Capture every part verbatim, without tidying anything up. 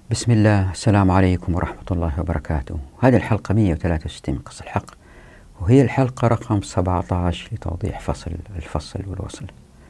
بسم الله، السلام عليكم ورحمة الله وبركاته. هذه الحلقة مئة وثلاثة وستين من قص الحق، وهي الحلقة رقم سبعة عشر لتوضيح فصل الفصل والوصل.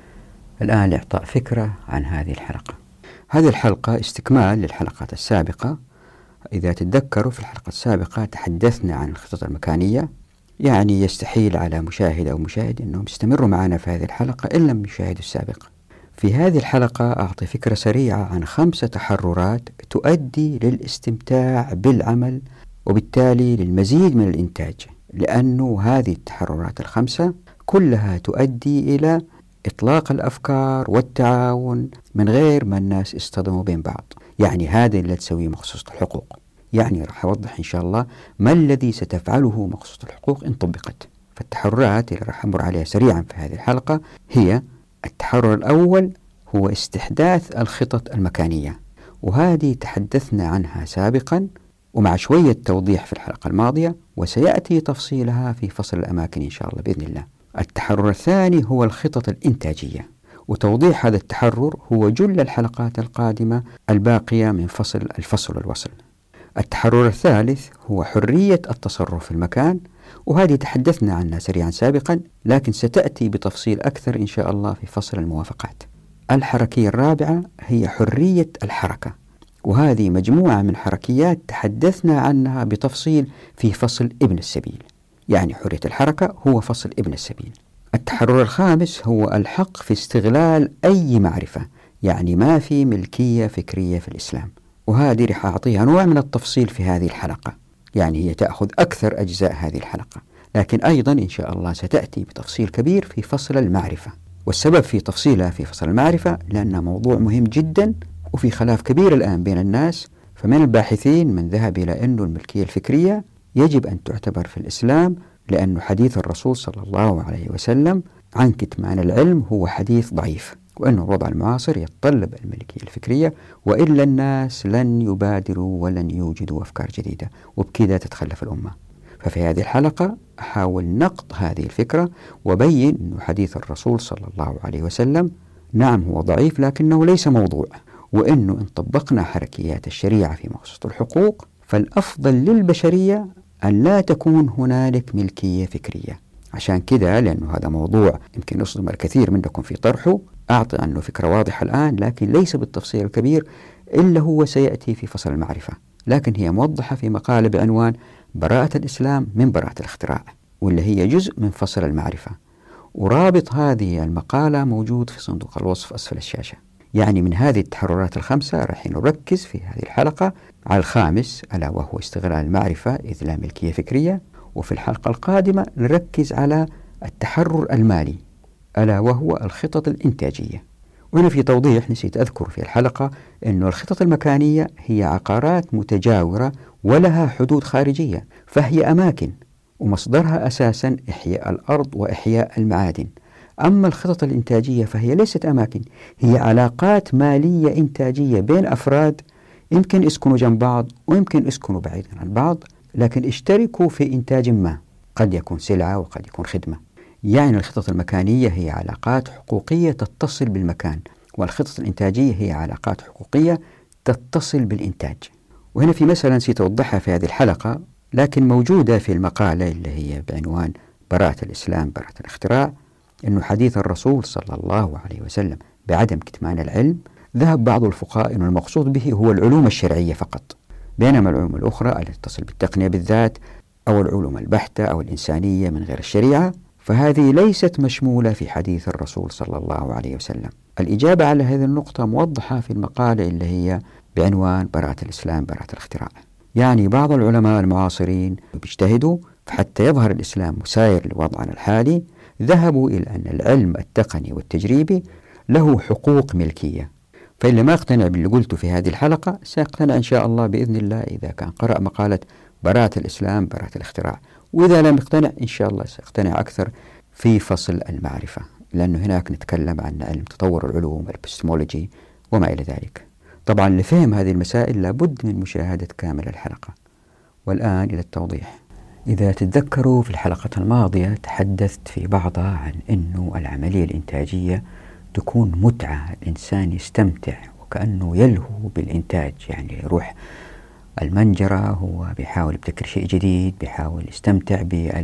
الآن لإعطاء فكرة عن هذه الحلقة. هذه الحلقة استكمال للحلقات السابقة. إذا تتذكروا في الحلقة السابقة تحدثنا عن الخطط المكانية، يعني يستحيل على مشاهد أو مشاهد أنهم يستمروا معنا في هذه الحلقة إن لم يشاهدوا السابقة. في هذه الحلقة أعطي فكرة سريعة عن خمسة تحررات تؤدي للاستمتاع بالعمل وبالتالي للمزيد من الإنتاج، لأنه هذه التحررات الخمسة كلها تؤدي إلى إطلاق الأفكار والتعاون من غير ما الناس يصطدموا بين بعض. يعني هذا اللي تسويه مخصوصة الحقوق. يعني راح أوضح إن شاء الله ما الذي ستفعله مخصوصة الحقوق إن طبقت. فالتحررات اللي راح أمر عليها سريعا في هذه الحلقة هي: التحرر الأول هو استحداث الخطط المكانية، وهذه تحدثنا عنها سابقا ومع شوية توضيح في الحلقة الماضية، وسيأتي تفصيلها في فصل الأماكن إن شاء الله بإذن الله. التحرر الثاني هو الخطط الإنتاجية، وتوضيح هذا التحرر هو جل الحلقات القادمة الباقية من فصل الفصل والوصل. التحرر الثالث هو حرية التصرف في المكان، وهذه تحدثنا عنها سريعا سابقا، لكن ستأتي بتفصيل أكثر إن شاء الله في فصل الموافقات. الحركية الرابعة هي حرية الحركة، وهذه مجموعة من حركيات تحدثنا عنها بتفصيل في فصل ابن السبيل. يعني حرية الحركة هو فصل ابن السبيل. التحرر الخامس هو الحق في استغلال أي معرفة، يعني ما في ملكية فكرية في الإسلام، وهذه رح أعطيها نوع من التفصيل في هذه الحلقة. يعني هي تأخذ أكثر أجزاء هذه الحلقة، لكن أيضا إن شاء الله ستأتي بتفصيل كبير في فصل المعرفة. والسبب في تفصيلها في فصل المعرفة لأنه موضوع مهم جدا، وفي خلاف كبير الآن بين الناس. فمن الباحثين من ذهب إلى أن الملكية الفكرية يجب أن تعتبر في الإسلام، لأن حديث الرسول صلى الله عليه وسلم عن كتمان العلم هو حديث ضعيف، وأن الوضع المعاصر يتطلب الملكية الفكرية، وإلا الناس لن يبادروا ولن يوجدوا أفكار جديدة، وبكذا تتخلف الأمة. ففي هذه الحلقة أحاول نقد هذه الفكرة وبين أن حديث الرسول صلى الله عليه وسلم نعم هو ضعيف لكنه ليس موضوع، وأنه إن طبقنا حركيات الشريعة في مخصوص الحقوق فالأفضل للبشرية أن لا تكون هنالك ملكية فكرية. عشان كذا لأنه هذا موضوع يمكن يصدم الكثير منكم في طرحه، أعطي عنه فكرة واضحة الآن، لكن ليس بالتفصيل الكبير إلا هو سيأتي في فصل المعرفة، لكن هي موضحة في مقالة بعنوان براءة الإسلام من براءة الاختراع، واللي هي جزء من فصل المعرفة. ورابط هذه المقالة موجود في صندوق الوصف أسفل الشاشة. يعني من هذه التحررات الخمسة راح نركز في هذه الحلقة على الخامس، ألا وهو استغلال المعرفة إذ لا ملكية فكرية. وفي الحلقة القادمة نركز على التحرر المالي، ألا وهو الخطط الإنتاجية. وهنا في توضيح نسيت أذكر في الحلقة أن الخطط المكانية هي عقارات متجاورة ولها حدود خارجية، فهي أماكن ومصدرها أساسا إحياء الأرض وإحياء المعادن. أما الخطط الإنتاجية فهي ليست أماكن، هي علاقات مالية إنتاجية بين أفراد يمكن يسكنوا جنب بعض ويمكن يسكنوا بعيدا عن بعض، لكن اشتركوا في إنتاج ما، قد يكون سلعة وقد يكون خدمة. يعني الخطط المكانية هي علاقات حقوقية تتصل بالمكان، والخطط الإنتاجية هي علاقات حقوقية تتصل بالإنتاج. وهنا في مسألة نسيت أوضحها في هذه الحلقة لكن موجودة في المقالة اللي هي بعنوان براءة الإسلام براءة الاختراع، أنه حديث الرسول صلى الله عليه وسلم بعدم كتمان العلم ذهب بعض الفقهاء أن المقصود به هو العلوم الشرعية فقط، بينما العلوم الأخرى التي تتصل بالتقنية بالذات أو العلوم البحتة أو الإنسانية من غير الشريعة فهذه ليست مشمولة في حديث الرسول صلى الله عليه وسلم. الإجابة على هذه النقطة موضحة في المقالة اللي هي بعنوان براءة الإسلام براءة الاختراع. يعني بعض العلماء المعاصرين بيجتهدوا حتى يظهر الإسلام مساير لوضعنا الحالي، ذهبوا إلى أن العلم التقني والتجريبي له حقوق ملكية. فاللي ما اقتنع باللي قلته في هذه الحلقة سيقتنع إن شاء الله بإذن الله إذا كان قرأ مقالة براءة الإسلام براءة الاختراع، وإذا لم يقتنع إن شاء الله سيقتنع أكثر في فصل المعرفة، لأنه هناك نتكلم عن علم تطور العلوم الإبستمولوجي وما إلى ذلك. طبعا لفهم هذه المسائل لابد من مشاهدة كامل الحلقة. والآن إلى التوضيح. إذا تتذكروا في الحلقة الماضية تحدثت في بعضها عن أنه العملية الإنتاجية تكون متعة، الإنسان يستمتع كأنه يلهو بالإنتاج، يعني يروح المنجرة هو بيحاول يبتكر شيء جديد، بيحاول يستمتع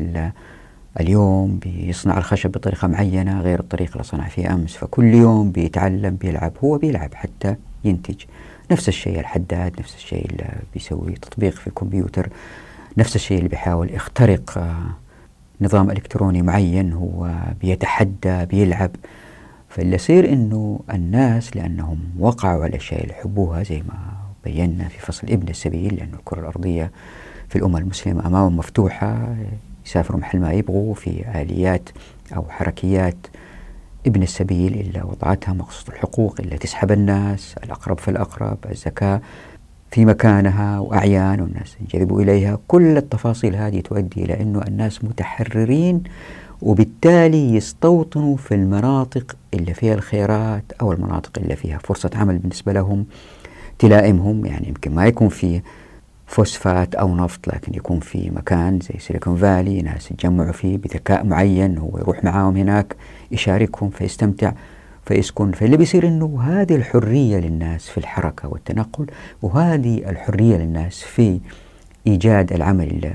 باليوم، بيصنع الخشب بطريقة معينة غير الطريقة اللي صنع فيها أمس، فكل يوم بيتعلم بيلعب، هو بيلعب حتى ينتج. نفس الشيء الحداد، نفس الشيء اللي بيسوي تطبيق في الكمبيوتر، نفس الشيء اللي بيحاول يخترق نظام إلكتروني معين، هو بيتحدى بيلعب. فاللي يصير إنه الناس لأنهم وقعوا على الأشياء اللي يحبوها زي ما بينا في فصل ابن السبيل، لأن الكرة الأرضية في الأمة المسلمة أمامهم مفتوحة، يسافروا محل ما يبغوا في آليات أو حركيات ابن السبيل اللي وضعتها مقصود الحقوق، اللي تسحب الناس الأقرب فالأقرب، الزكاة في مكانها وأعيان والناس ينجذبوا إليها. كل التفاصيل هذه تؤدي إلى أنه الناس متحررين، وبالتالي يستوطنوا في المناطق اللي فيها الخيرات أو المناطق اللي فيها فرصة عمل بالنسبة لهم تلائمهم. يعني يمكن ما يكون في فوسفات أو نفط، لكن يكون في مكان زي سيليكون فالي ناس يتجمعوا فيه بذكاء معين، هو يروح معاهم هناك يشاركهم فيستمتع فيسكن. فاللي بيصير أنه هذه الحرية للناس في الحركة والتنقل، وهذه الحرية للناس في إيجاد العمل اللي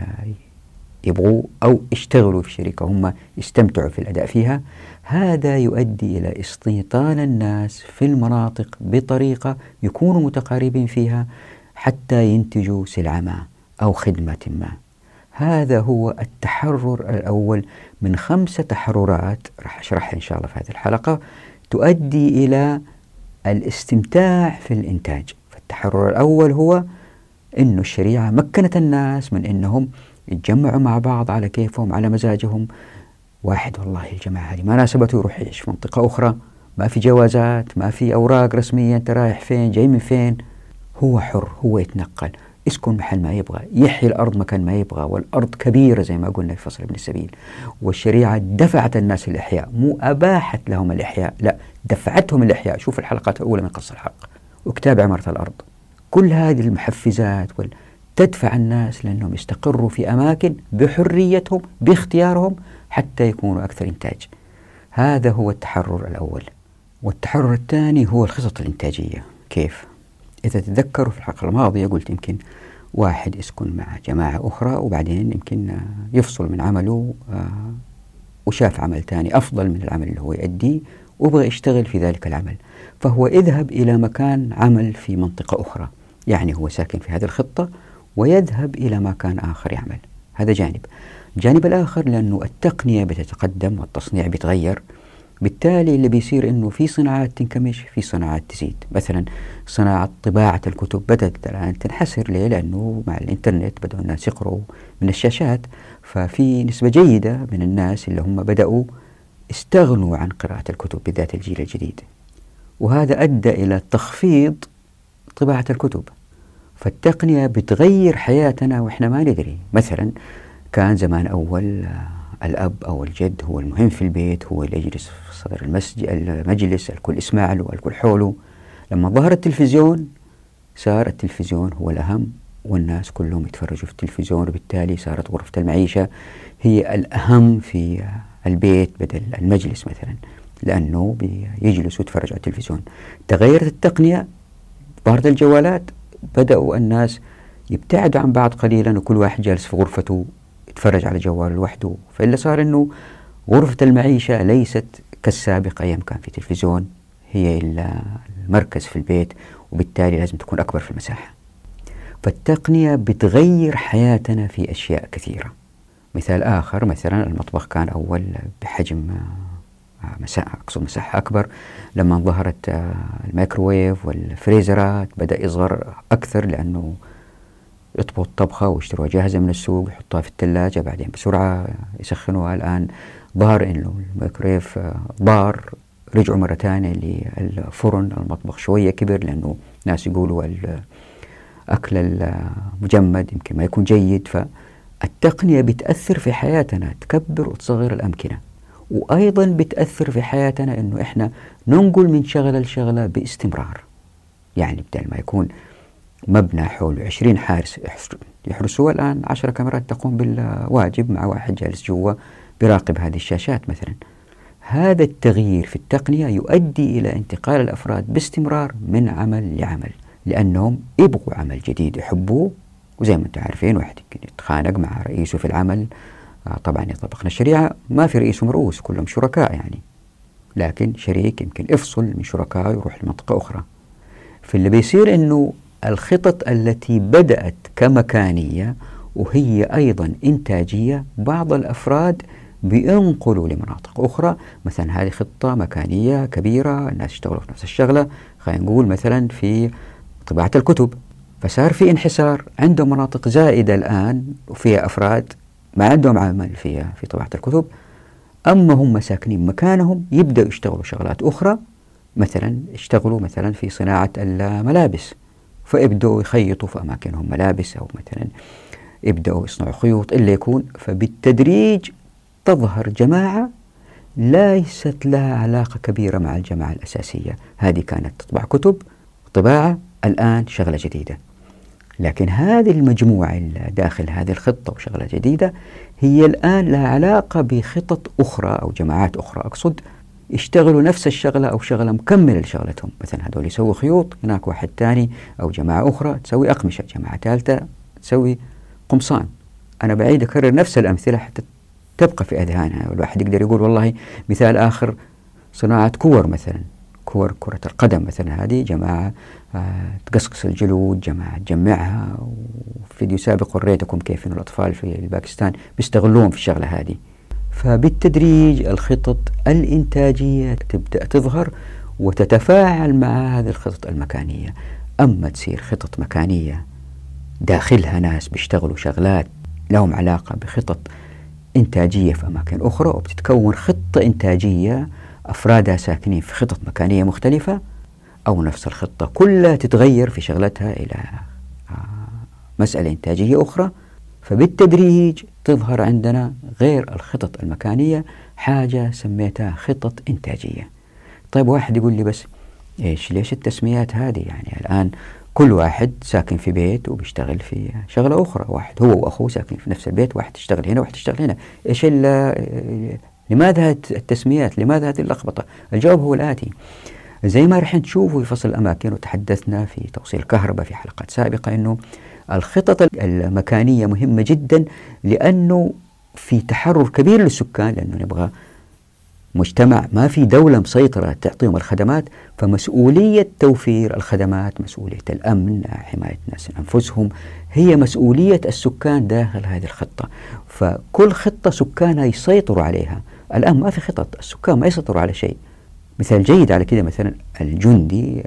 يبغوا أو يشتغلوا في شركة هم يستمتعوا في الأداء فيها، هذا يؤدي إلى استيطان الناس في المناطق بطريقة يكونوا متقاربين فيها حتى ينتجوا سلعة ما أو خدمة ما. هذا هو التحرر الأول من خمسة تحررات راح أشرحها إن شاء الله في هذه الحلقة، تؤدي إلى الاستمتاع في الإنتاج. فالتحرر الأول هو إنه الشريعة مكنت الناس من إنهم يتجمعوا مع بعض على كيفهم على مزاجهم. واحد والله الجماعة هذه ما ناسبته يروح يعيش في منطقة أخرى، ما في جوازات، ما في أوراق رسمية، أنت رايح فين جاي من فين، هو حر، هو يتنقل، يسكن محل ما يبغى، يحيي الأرض مكان ما يبغى، والأرض كبيرة زي ما قلنا في فصل ابن السبيل. والشريعة دفعت الناس الإحياء، مو أباحت لهم الإحياء، لا دفعتهم الإحياء. شوف الحلقات الأولى من قص الحق وكتاب عمارة الأرض، كل هذه المحفزات وال تدفع الناس لأنهم يستقروا في أماكن بحريتهم باختيارهم حتى يكونوا أكثر إنتاج. هذا هو التحرر الأول. والتحرر الثاني هو الخطط الإنتاجية. كيف؟ إذا تتذكروا في الحلقة الماضية قلت يمكن واحد يسكن مع جماعة أخرى وبعدين يمكن يفصل من عمله وشاف عمل ثاني أفضل من العمل اللي هو يؤديه وبغى يشتغل في ذلك العمل، فهو يذهب إلى مكان عمل في منطقة أخرى، يعني هو ساكن في هذه الخطة ويذهب إلى مكان آخر يعمل. هذا جانب. الجانب الآخر لأنه التقنية بتتقدم والتصنيع بيتغير، بالتالي اللي بيصير أنه في صناعات تنكمش، في صناعات تزيد. مثلا صناعة طباعة الكتب بدأت الآن تنحسر. ليه؟ لأنه مع الإنترنت بدأوا الناس يقرأوا من الشاشات، ففي نسبة جيدة من الناس اللي هم بدأوا استغنوا عن قراءة الكتب بالذات الجيل الجديد، وهذا أدى إلى تخفيض طباعة الكتب. فالتقنية بتغير حياتنا وإحنا ما ندري. مثلا كان زمان أول الأب أو الجد هو المهم في البيت، هو اللي يجلس في صدر المسجد المجلس، الكل يسمع له، الكل حوله. لما ظهر التلفزيون صار التلفزيون هو الأهم، والناس كلهم يتفرجوا في التلفزيون، وبالتالي صارت غرفة المعيشة هي الأهم في البيت بدل المجلس مثلا، لأنه بيجلسوا يتفرجوا على التلفزيون. تغيرت التقنية، ظهرت الجوالات، بدأوا الناس يبتعدوا عن بعض قليلا، وكل واحد جالس في غرفته يتفرج على جواله لوحده. فإلا صار أنه غرفة المعيشة ليست كالسابق أيام كان في تلفزيون هي المركز في البيت، وبالتالي لازم تكون أكبر في المساحة. فالتقنية بتغير حياتنا في أشياء كثيرة. مثال آخر، مثلا المطبخ كان أول بحجم مساحة، أقصد مساحة أكبر. لما ظهرت الميكروويف والفريزرات بدأ يصغر أكثر، لأنه يطبخوا الطبخة ويشتروها جاهزة من السوق يحطوها في الثلاجة بعدين بسرعة يسخنوها. الآن ظهر إنه الميكروويف ضار، رجعوا مرة ثانية للفرن. المطبخ شوية كبر لأنه ناس يقولوا الأكل المجمد يمكن ما يكون جيد. فالتقنية بتأثر في حياتنا، تكبر وتصغر الأمكنة، وأيضا بتأثر في حياتنا إنه إحنا ننقل من شغلة لشغلة باستمرار. يعني بدل ما يكون مبنى حوله عشرين حارس يحرسوه، الآن عشر كاميرات تقوم بالواجب مع واحد جالس جوا بيراقب هذه الشاشات مثلا. هذا التغيير في التقنية يؤدي إلى انتقال الأفراد باستمرار من عمل لعمل، لأنهم يبغوا عمل جديد يحبوه. وزي ما أنتم عارفين واحد يتخانق مع رئيسه في العمل، طبعا يطبقنا الشريعة، ما في رئيس ومرؤوس، كلهم شركاء يعني، لكن شريك يمكن يفصل من شركاء يروح لمنطقة أخرى. فاللي بيصير أنه الخطط التي بدأت كمكانية وهي أيضا إنتاجية، بعض الأفراد بينقلوا لمناطق أخرى. مثلا هذه خطة مكانية كبيرة، الناس يشتغلوا في نفس الشغلة، خلينا نقول مثلا في طباعة الكتب، فصار في انحسار، عندهم مناطق زائدة الآن وفيها أفراد ما عندهم عمل فيها في طباعة الكتب، أما هم ساكنين مكانهم يبدأوا يشتغلوا شغلات أخرى. مثلا يشتغلوا مثلا في صناعة الملابس، فيبدأوا يخيطوا في أماكنهم ملابس، أو مثلا يبدأوا يصنعوا خيوط اللي يكون. فبالتدريج تظهر جماعة ليست لها علاقة كبيرة مع الجماعة الأساسية، هذه كانت تطبع كتب طباعة، الآن شغلة جديدة. لكن هذه المجموعة داخل هذه الخطة وشغلة جديدة هي الآن لها علاقة بخطط أخرى أو جماعات أخرى، أقصد يشتغلوا نفس الشغلة أو شغلة مكملة لشغلتهم. مثلا هذول يسوي خيوط، هناك واحد تاني أو جماعة أخرى تسوي أقمشة، جماعة ثالثة تسوي قمصان. أنا بعيد أكرر نفس الأمثلة حتى تبقى في أذهاننا، والواحد يقدر يقول والله مثال آخر صناعة كور، مثلا كور كرة القدم مثلا، هذه جماعة آه تقصقص الجلود، جماعة تجمعها. وفيديو سابق وريتكم كيف إنه الأطفال في باكستان بيستغلون في الشغلة هذه. فبالتدريج الخطط الإنتاجية تبدأ تظهر وتتفاعل مع هذه الخطط المكانية. أما تصير خطط مكانية داخلها ناس بيشتغلوا شغلات لهم علاقة بخطط إنتاجية في أماكن أخرى، وبتتكون خطة إنتاجية أفرادها ساكنين في خطط مكانية مختلفة، أو نفس الخطة كلها تتغير في شغلتها إلى مسألة إنتاجية أخرى. فبالتدريج تظهر عندنا غير الخطط المكانية حاجة سميتها خطط إنتاجية. طيب واحد يقول لي بس إيش ليش التسميات هذه؟ يعني الآن كل واحد ساكن في بيت وبيشتغل في شغلة أخرى، واحد هو وأخوه ساكن في نفس البيت، واحد يشتغل هنا واحد يشتغل هنا. إيش لماذا التسميات؟ لماذا هذه اللخبطة؟ الجواب هو الآتي: زي ما رح نشوفه في فصل الأماكن، وتحدثنا في توصيل الكهرباء في حلقات سابقة، إنه الخطط المكانية مهمة جدا، لأنه في تحرر كبير للسكان، لأنه نبغى مجتمع ما في دولة مسيطرة تعطيهم الخدمات، فمسؤولية توفير الخدمات، مسؤولية الأمن، حماية الناس أنفسهم، هي مسؤولية السكان داخل هذه الخطة. فكل خطة سكانها يسيطروا عليها. الآن ما في خطط، السكان ما يسيطروا على شيء. مثال جيد على كده مثلا الجندي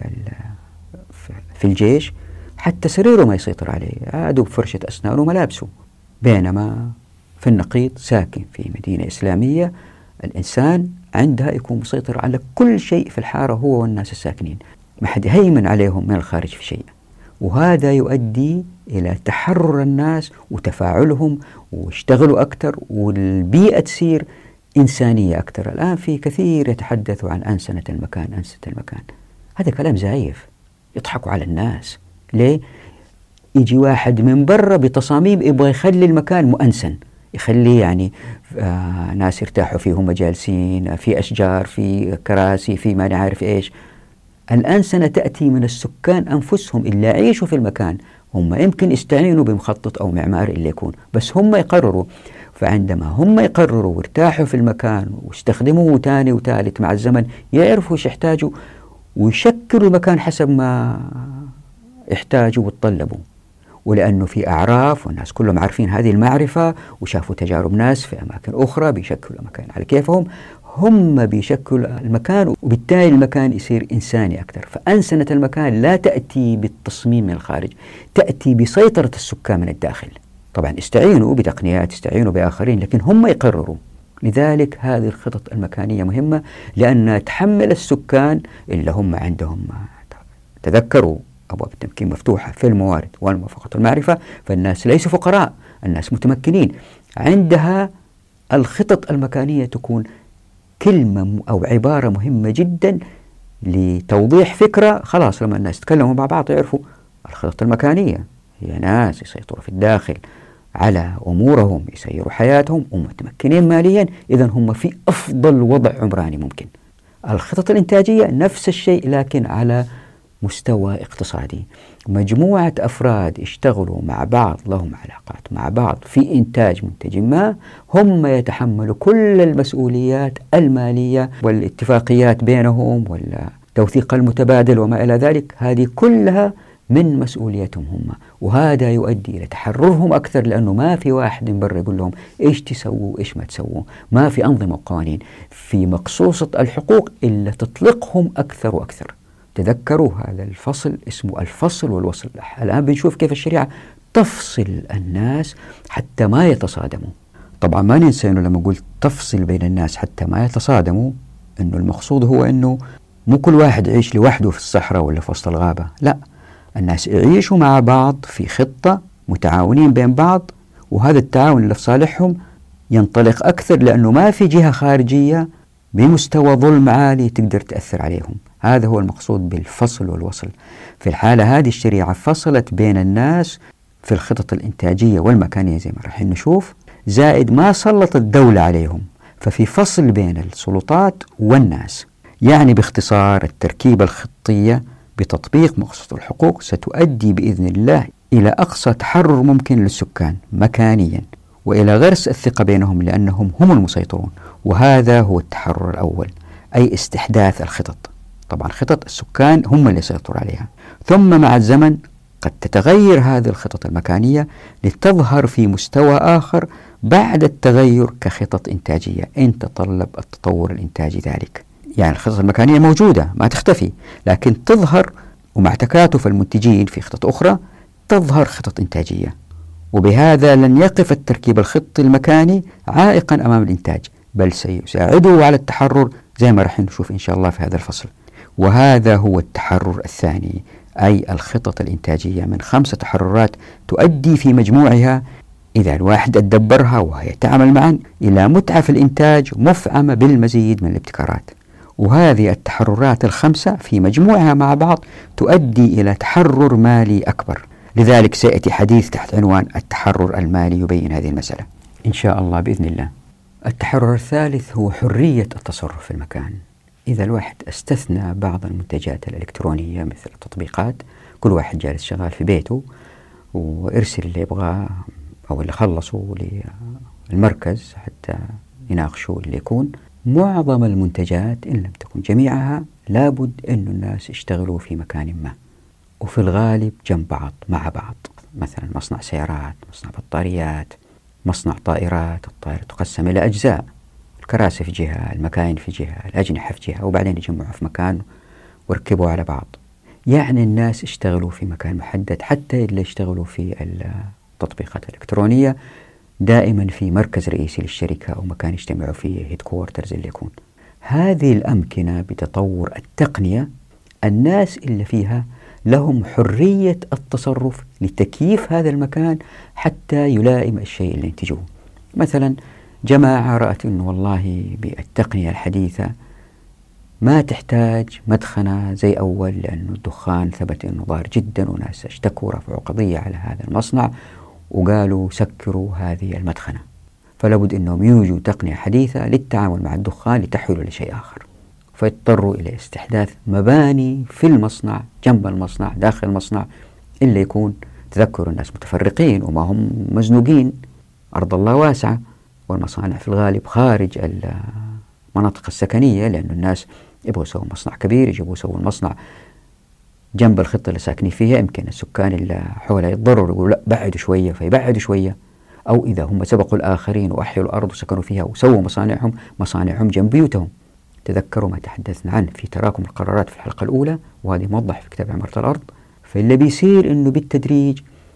في الجيش حتى سريره ما يسيطر عليه، عادوا بفرشة أسنان وملابسه. بينما في النقيض ساكن في مدينة إسلامية، الإنسان عندها يكون مسيطر على كل شيء في الحارة، هو والناس الساكنين، ما حد يهيمن عليهم من الخارج في شيء. وهذا يؤدي إلى تحرر الناس وتفاعلهم واشتغلوا أكثر، والبيئة تصير إنسانية أكثر. الآن في كثير يتحدثوا عن أنسنة المكان، أنسنة المكان، هذا كلام زايف، يضحكوا على الناس. ليه؟ يجي واحد من برا بتصاميم يبغى يخلي المكان مؤنسن، يخليه يعني آه ناس يرتاحوا فيه هم جالسين، في أشجار، في كراسي، في ما نعرف إيش. الأنسنة تأتي من السكان أنفسهم اللي يعيشوا في المكان، هم يمكن يستعينوا بمخطط أو معمار اللي يكون، بس هم يقرروا. فعندما هم يقرروا وارتاحوا في المكان واستخدموه تاني وثالث مع الزمن، يعرفوا ايش يحتاجوا ويشكلوا المكان حسب ما يحتاجوا ويتطلبوا. ولأنه في أعراف والناس كلهم عارفين هذه المعرفة وشافوا تجارب ناس في أماكن أخرى بيشكلوا المكان على كيفهم، هم بيشكلوا المكان، وبالتالي المكان يصير إنساني أكثر. فأنسنة المكان لا تأتي بالتصميم من الخارج، تأتي بسيطرة السكان من الداخل. طبعا استعينوا بتقنيات، استعينوا بآخرين، لكن هم يقرروا. لذلك هذه الخطط المكانية مهمة، لأنها تحمل السكان اللي هم عندهم، تذكروا أبواب التمكين مفتوحة في الموارد والموافقة والمعرفة، فالناس ليسوا فقراء، الناس متمكنين. عندها الخطط المكانية تكون كلمة أو عبارة مهمة جدا لتوضيح فكرة. خلاص لما الناس يتكلموا مع بعض يعرفوا الخطط المكانية هي ناس يسيطروا في الداخل على أمورهم، يسيروا حياتهم ومتمكنين ماليا، إذن هم في أفضل وضع عمراني ممكن. الخطط الإنتاجية نفس الشيء لكن على مستوى اقتصادي، مجموعة أفراد اشتغلوا مع بعض، لهم علاقات مع بعض في إنتاج منتج ما، هم يتحملوا كل المسؤوليات المالية والاتفاقيات بينهم والتوثيق المتبادل وما إلى ذلك، هذه كلها من مسؤوليتهم هم، وهذا يؤدي إلى تحررهم أكثر، لأنه ما في واحد من برا يقول لهم إيش تسووا إيش ما تسووا، ما في أنظمة وقوانين في مقصوصة الحقوق إلا تطلقهم أكثر وأكثر. تذكروا هذا الفصل اسمه الفصل والوصل. الآن بنشوف كيف الشريعة تفصل الناس حتى ما يتصادموا. طبعا ما ننسى أنه لما قلت تفصل بين الناس حتى ما يتصادموا، أنه المقصود هو أنه مو كل واحد يعيش لوحده في الصحراء ولا في وسط الغابة، لا، الناس يعيشوا مع بعض في خطة، متعاونين بين بعض، وهذا التعاون اللي في صالحهم ينطلق أكثر، لأنه ما في جهة خارجية بمستوى ظلم عالي تقدر تأثر عليهم. هذا هو المقصود بالفصل والوصل. في الحالة هذه الشريعة فصلت بين الناس في الخطط الإنتاجية والمكانية زي ما راح نشوف، زائد ما سلط الدولة عليهم، ففي فصل بين السلطات والناس. يعني باختصار التركيبة الخطية بتطبيق مقصود الحقوق ستؤدي بإذن الله إلى أقصى تحرر ممكن للسكان مكانيا، وإلى غرس الثقة بينهم لأنهم هم المسيطرون، وهذا هو التحرر الأول، أي استحداث الخطط. طبعا خطط السكان هم اللي سيطروا عليها، ثم مع الزمن قد تتغير هذه الخطط المكانية لتظهر في مستوى آخر بعد التغير كخطط إنتاجية إن تطلب التطور الإنتاجي ذلك. يعني الخطط المكانية موجودة ما تختفي، لكن تظهر، ومع تكاتف المنتجين في خطط أخرى تظهر خطط إنتاجية، وبهذا لن يقف التركيب الخطي المكاني عائقا أمام الإنتاج، بل سيساعده على التحرر زي ما رح نشوف إن شاء الله في هذا الفصل. وهذا هو التحرر الثاني، أي الخطط الإنتاجية من خمس تحررات تؤدي في مجموعها إذا الواحد أدبرها وهي تعمل معا إلى متعة في الإنتاج مفعمة بالمزيد من الابتكارات. وهذه التحررات الخمسة في مجموعها مع بعض تؤدي إلى تحرر مالي أكبر. لذلك سيأتي حديث تحت عنوان التحرر المالي يبين هذه المسألة إن شاء الله بإذن الله. التحرر الثالث هو حرية التصرف في المكان. إذا الواحد استثنى بعض المنتجات الإلكترونية مثل التطبيقات، كل واحد جالس شغال في بيته وإرسل اللي يبغاه أو اللي خلصوا للمركز حتى يناقشوا اللي يكون، معظم المنتجات إن لم تكن جميعها لابد أن الناس يشتغلوا في مكان ما، وفي الغالب جنب بعض مع بعض. مثلا مصنع سيارات، مصنع بطاريات، مصنع طائرات، الطائرة تقسم إلى أجزاء، الكراسي في جهة، المكاين في جهة، الأجنحة في جهة، وبعدين يجمعوا في مكان وركبوا على بعض. يعني الناس اشتغلوا في مكان محدد، حتى اللي اشتغلوا في التطبيقات الإلكترونية دائما في مركز رئيسي للشركة أو مكان يجتمعوا فيه، هيدكوارترز اللي يكون. هذه الأمكنة بتطور التقنية الناس اللي فيها لهم حرية التصرف لتكييف هذا المكان حتى يلائم الشيء اللي ينتجوه. مثلا جماعة رأت أنه والله بالتقنية الحديثة ما تحتاج مدخنة زي أول، لأنه الدخان ثبت أنه ضار جدا، وناس اشتكوا رفعوا قضية على هذا المصنع وقالوا سكروا هذه المدخنة، فلابد أنهم يوجدوا تقنية حديثة للتعامل مع الدخان لتحويله لشيء آخر، فيضطروا إلى استحداث مباني في المصنع جنب المصنع داخل المصنع إلا يكون تذكروا الناس متفرقين وما هم مزنوقين، أرض الله واسعة، والمصانع في الغالب خارج المناطق السكنية، لأن الناس يبغوا يسووا مصنع كبير، يجيبوا يسووا المصنع جنب الخطة اللي ساكنين فيها. يمكن السكان اللي حولها يتضرروا يقولوا لا بعدوا شوية فيبعدوا شوية، أو إذا هم سبقوا الآخرين وأحيوا الأرض وسكنوا فيها وسووا مصانعهم مصانعهم جنب بيوتهم. تذكروا ما تحدثنا عنه في تراكم القرارات في الحلقة الأولى، وهذه موضح في كتاب عمارة الأرض. فاللي بيصير إنه بالتدريج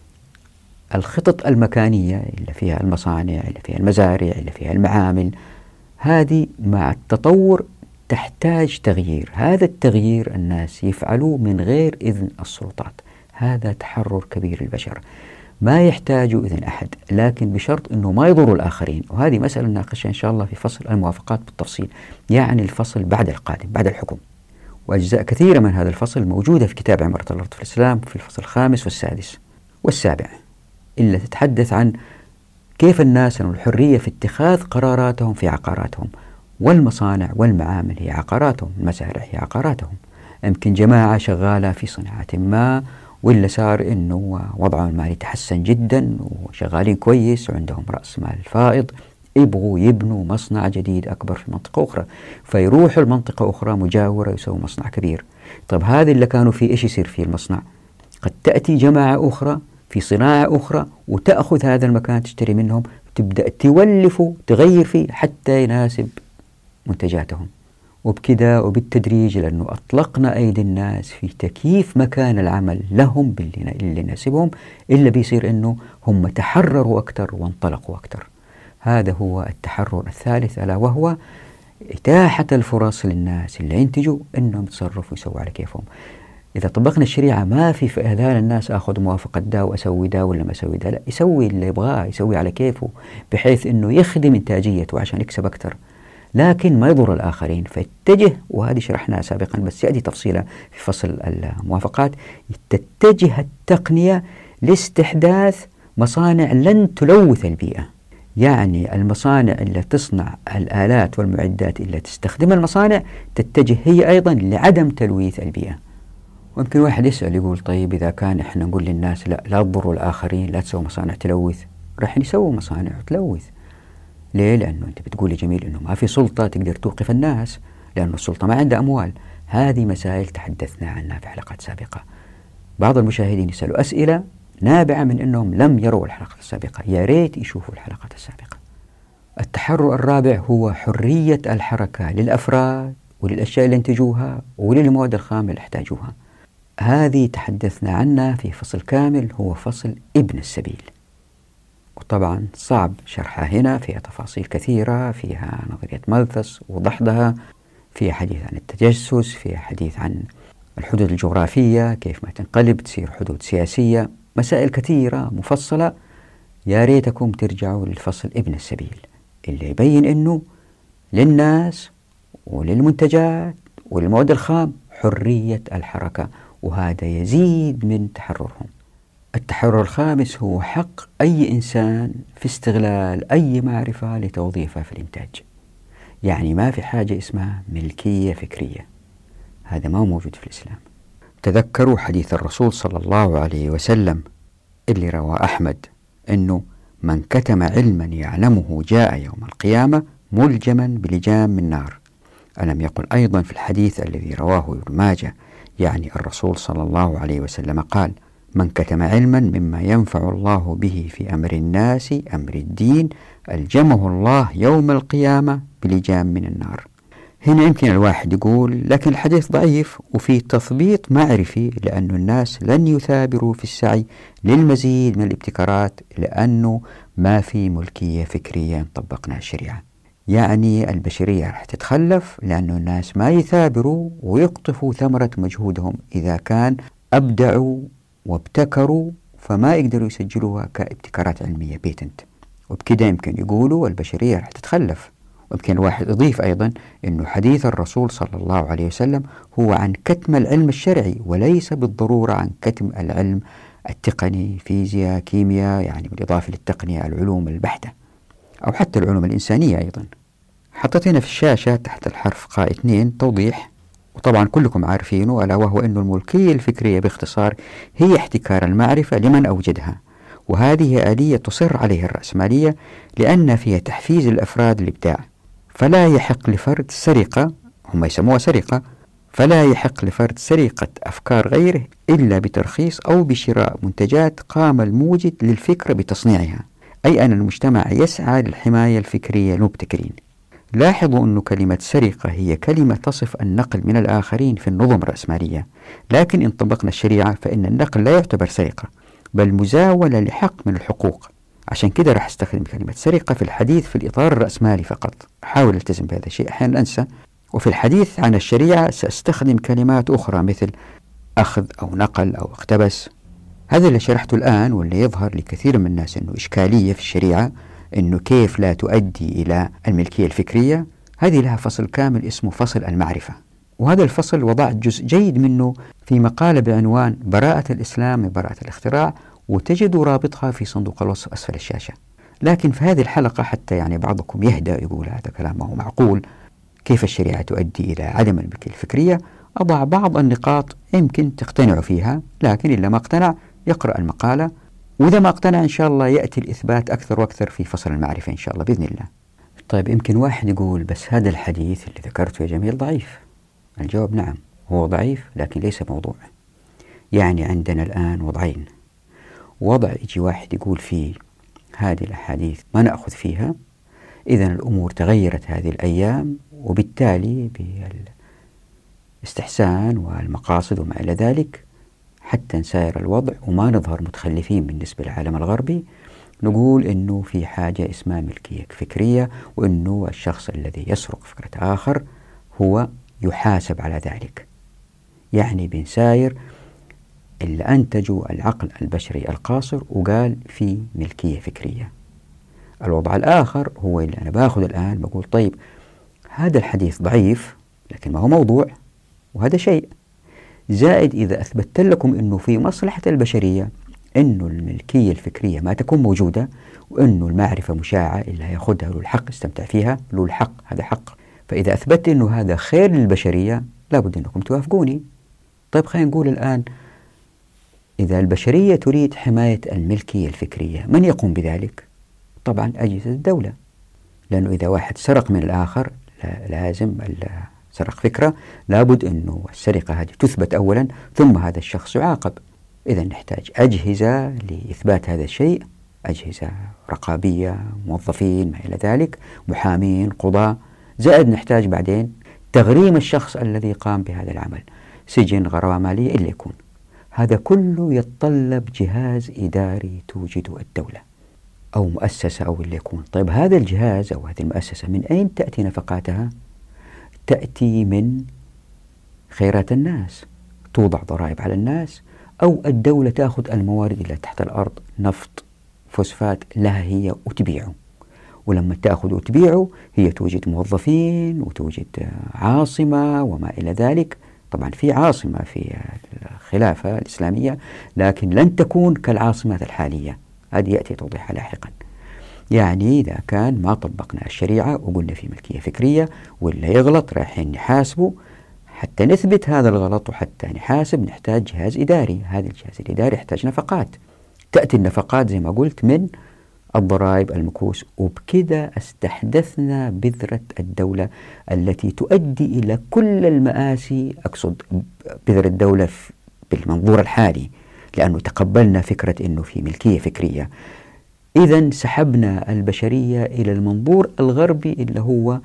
الخطط المكانية اللي فيها المصانع اللي فيها المزارع اللي فيها المعامل، هذه مع التطور تحتاج تغيير. هذا التغيير الناس يفعلوه من غير إذن السلطات. هذا تحرر كبير البشر، ما يحتاج إذن أحد، لكن بشرط أنه ما يضر الآخرين. وهذه مسألة نناقشها إن شاء الله في فصل الموافقات بالتفصيل، يعني الفصل بعد القادم بعد الحكم. وأجزاء كثيرة من هذا الفصل موجودة في كتاب عمارة الأرض في الإسلام في الفصل الخامس والسادس والسابع، إلا تتحدث عن كيف الناس لهم الحرية في اتخاذ قراراتهم في عقاراتهم، والمصانع والمعامل هي عقاراتهم، المزارع هي عقاراتهم. يمكن جماعة شغالة في صناعة ما، ولا صار إنه وضعهم المالي تحسن جدا وشغالين كويس وعندهم رأس مال فائض، يبغوا يبنوا مصنع جديد أكبر في منطقة أخرى، فيروحوا لمنطقة أخرى مجاورة يسووا مصنع كبير. طب هذه اللي كانوا فيه إيش يصير فيه المصنع؟ قد تأتي جماعة أخرى في صناعة أخرى وتأخذ هذا المكان تشتري منهم، تبدأ تولفه تغير فيه حتى يناسب منتجاتهم. وبكذا وبالتدريج، لأنه أطلقنا أيدي الناس في تكييف مكان العمل لهم باللي يناسبهم، إلا بيصير أنه هم تحرروا أكثر وانطلقوا أكثر. هذا هو التحرر الثالث، ألا وهو إتاحة الفرص للناس اللي ينتجوا أنهم يتصرفوا ويسووا على كيفهم. إذا طبقنا الشريعة ما في في أذهان الناس أخذ موافقة دا وأسوي دا ولا ما أسوي دا، لا، يسوي اللي يبغاه، يسوي على كيفه بحيث أنه يخدم إنتاجيته عشان يكسب أكثر، لكن ما يضر الآخرين. فاتجه، وهذه شرحناها سابقا بس يأتي تفصيلها في فصل الموافقات، تتجه التقنية لاستحداث مصانع لن تلوث البيئة. يعني المصانع اللي تصنع الآلات والمعدات اللي تستخدم المصانع تتجه هي أيضا لعدم تلويث البيئة. ويمكن واحد يسأل يقول طيب إذا كان إحنا نقول للناس لا لا تضروا الآخرين، لا تسووا مصانع تلوث، راح يسووا مصانع تلوث. ليه؟ لأنه أنت بتقول يا جميل أنه ما في سلطة تقدر توقف الناس، لأنه السلطة ما عندها أموال. هذه مسائل تحدثنا عنها في حلقات سابقة. بعض المشاهدين يسألوا أسئلة نابعة من أنهم لم يروا الحلقة السابقة، يا ريت يشوفوا الحلقات السابقة. التحرر الرابع هو حرية الحركة للأفراد وللأشياء اللي ينتجوها وللمواد الخام اللي يحتاجوها. هذه تحدثنا عنها في فصل كامل، هو فصل ابن السبيل، وطبعا صعب شرحها هنا، فيها تفاصيل كثيرة، فيها نظرية مالثس وضحضها، فيها حديث عن التجسس، فيها حديث عن الحدود الجغرافية كيف ما تنقلب تصير حدود سياسية، مسائل كثيرة مفصلة. يا ريتكم ترجعوا للفصل ابن السبيل اللي يبين أنه للناس وللمنتجات وللمواد الخام حرية الحركة، وهذا يزيد من تحررهم. التحرر الخامس هو حق أي إنسان في استغلال أي معرفة لتوظيفها في الإنتاج. يعني ما في حاجة اسمها ملكية فكرية، هذا ما موجود في الإسلام. تذكروا حديث الرسول صلى الله عليه وسلم اللي رواه أحمد أنه من كتم علما يعلمه جاء يوم القيامة ملجما بلجام من نار. ألم يقل أيضا في الحديث الذي رواه ابن ماجه، يعني الرسول صلى الله عليه وسلم قال: من كتم علما مما ينفع الله به في أمر الناس أمر الدين ألجمه الله يوم القيامة بلجام من النار. هنا يمكن الواحد يقول لكن الحديث ضعيف وفي تثبيط معرفي، لأن الناس لن يثابروا في السعي للمزيد من الابتكارات لأنه ما في ملكية فكرية طبقنا الشريعة. يعني البشرية راح تتخلف لأنه الناس ما يثابروا ويقطفوا ثمرة مجهودهم. إذا كان أبدعوا وابتكروا فما يقدروا يسجلوها كابتكارات علمية بيتنت، وبكده يمكن يقولوا البشرية راح تتخلف. ويمكن الواحد يضيف أيضا أنه حديث الرسول صلى الله عليه وسلم هو عن كتم العلم الشرعي وليس بالضرورة عن كتم العلم التقني، فيزياء، كيمياء، يعني بالإضافة للتقنية العلوم البحتة أو حتى العلوم الإنسانية أيضا. حطيت هنا في الشاشة تحت الحرف قاء اثنين توضيح، وطبعا كلكم عارفينه، ألا وهو أن الملكية الفكرية باختصار هي احتكار المعرفة لمن أوجدها، وهذه آلية تصر عليها الرأسمالية لأن فيها تحفيز الأفراد للإبداع. فلا يحق لفرد سرقة، هم يسموها سرقة، فلا يحق لفرد سرقة أفكار غيره إلا بترخيص أو بشراء منتجات قام الموجد للفكرة بتصنيعها، أي أن المجتمع يسعى للحماية الفكرية للمبتكرين. لاحظوا أن كلمة سرقة هي كلمة تصف النقل من الآخرين في النظم الرأسمالية، لكن إن طبقنا الشريعة فإن النقل لا يعتبر سرقة بل مزاولة لحق من الحقوق. عشان كده راح استخدم كلمة سرقة في الحديث في الإطار الرأسمالي فقط، أحاول التزم بهذا الشيء، أحيانا أنسى. وفي الحديث عن الشريعة سأستخدم كلمات أخرى مثل أخذ أو نقل أو اقتبس. هذا اللي شرحته الآن واللي يظهر لكثير من الناس أنه إشكالية في الشريعة، أنه كيف لا تؤدي إلى الملكية الفكرية، هذه لها فصل كامل اسمه فصل المعرفة، وهذا الفصل وضعت جزء جيد منه في مقالة بعنوان براءة الإسلام من براءة الاختراع، وتجدوا رابطها في صندوق الوصف أسفل الشاشة. لكن في هذه الحلقة حتى يعني بعضكم يهدأ يقول هذا كلام ما هو معقول، كيف الشريعة تؤدي إلى عدم الملكية الفكرية، أضع بعض النقاط يمكن تقتنعوا فيها، لكن إلا ما اقتنع يقرأ المقالة، وإذا ما اقتنع إن شاء الله يأتي الإثبات أكثر وأكثر في فصل المعرفة إن شاء الله بإذن الله. طيب يمكن واحد يقول بس هذا الحديث اللي ذكرته يا جميل ضعيف. الجواب نعم هو ضعيف لكن ليس موضوع. يعني عندنا الآن وضعين، وضع يجي واحد يقول فيه هذه الأحاديث ما نأخذ فيها، إذن الأمور تغيرت هذه الأيام وبالتالي بالاستحسان والمقاصد وما إلى ذلك حتى نساير الوضع وما نظهر متخلفين بالنسبة للعالم الغربي، نقول إنه في حاجة اسمها ملكية فكرية، وإنه الشخص الذي يسرق فكرة آخر هو يحاسب على ذلك. يعني بنساير اللي أنتجوا العقل البشري القاصر وقال في ملكية فكرية. الوضع الآخر هو اللي أنا باخذ الآن بقول طيب هذا الحديث ضعيف لكن ما هو موضوع، وهذا شيء زائد إذا أثبتت لكم أنه في مصلحة البشرية أنه الملكية الفكرية ما تكون موجودة، وأنه المعرفة مشاعة اللي هياخدها له الحق يستمتع فيها له الحق، هذا حق. فإذا أثبت أنه هذا خير للبشرية لابد أنكم توافقوني. طيب خلينا نقول الآن إذا البشرية تريد حماية الملكية الفكرية من يقوم بذلك؟ طبعا أجهزة الدولة، لأنه إذا واحد سرق من الآخر لازم سرق فكرة لابد أنه السرقة هذه تثبت أولا ثم هذا الشخص يعاقب. إذا نحتاج أجهزة لإثبات هذا الشيء، أجهزة رقابية، موظفين ما إلى ذلك، محامين، قضاة، زائد نحتاج بعدين تغريم الشخص الذي قام بهذا العمل، سجن، غرامة مالية إلا يكون. هذا كله يتطلب جهاز إداري توجده الدولة أو مؤسسة أو اللي يكون. طيب هذا الجهاز أو هذه المؤسسة من أين تأتي نفقاتها؟ تأتي من خيرات الناس، توضع ضرائب على الناس، أو الدولة تأخذ الموارد اللي تحت الأرض، نفط، فوسفات، لها هي وتبيعه، ولما تأخذ وتبيعه هي توجد موظفين وتوجد عاصمة وما إلى ذلك. طبعا في عاصمة في الخلافة الإسلامية لكن لن تكون كالعاصمة الحالية، هذه يأتي توضيحها لاحقا. يعني إذا كان ما طبقنا الشريعة وقلنا في ملكية فكرية واللي يغلط رايحين نحاسبه، حتى نثبت هذا الغلط وحتى نحاسب نحتاج جهاز إداري. هذا الجهاز الإداري يحتاج نفقات، تأتي النفقات زي ما قلت من الضرائب، المكوس، وبكذا استحدثنا بذرة الدولة التي تؤدي إلى كل المآسي. أقصد بذرة الدولة بالمنظور الحالي، لأنه تقبلنا فكرة أنه في ملكية فكرية، إذن سحبنا البشرية إلى المنظور الغربي اللي هو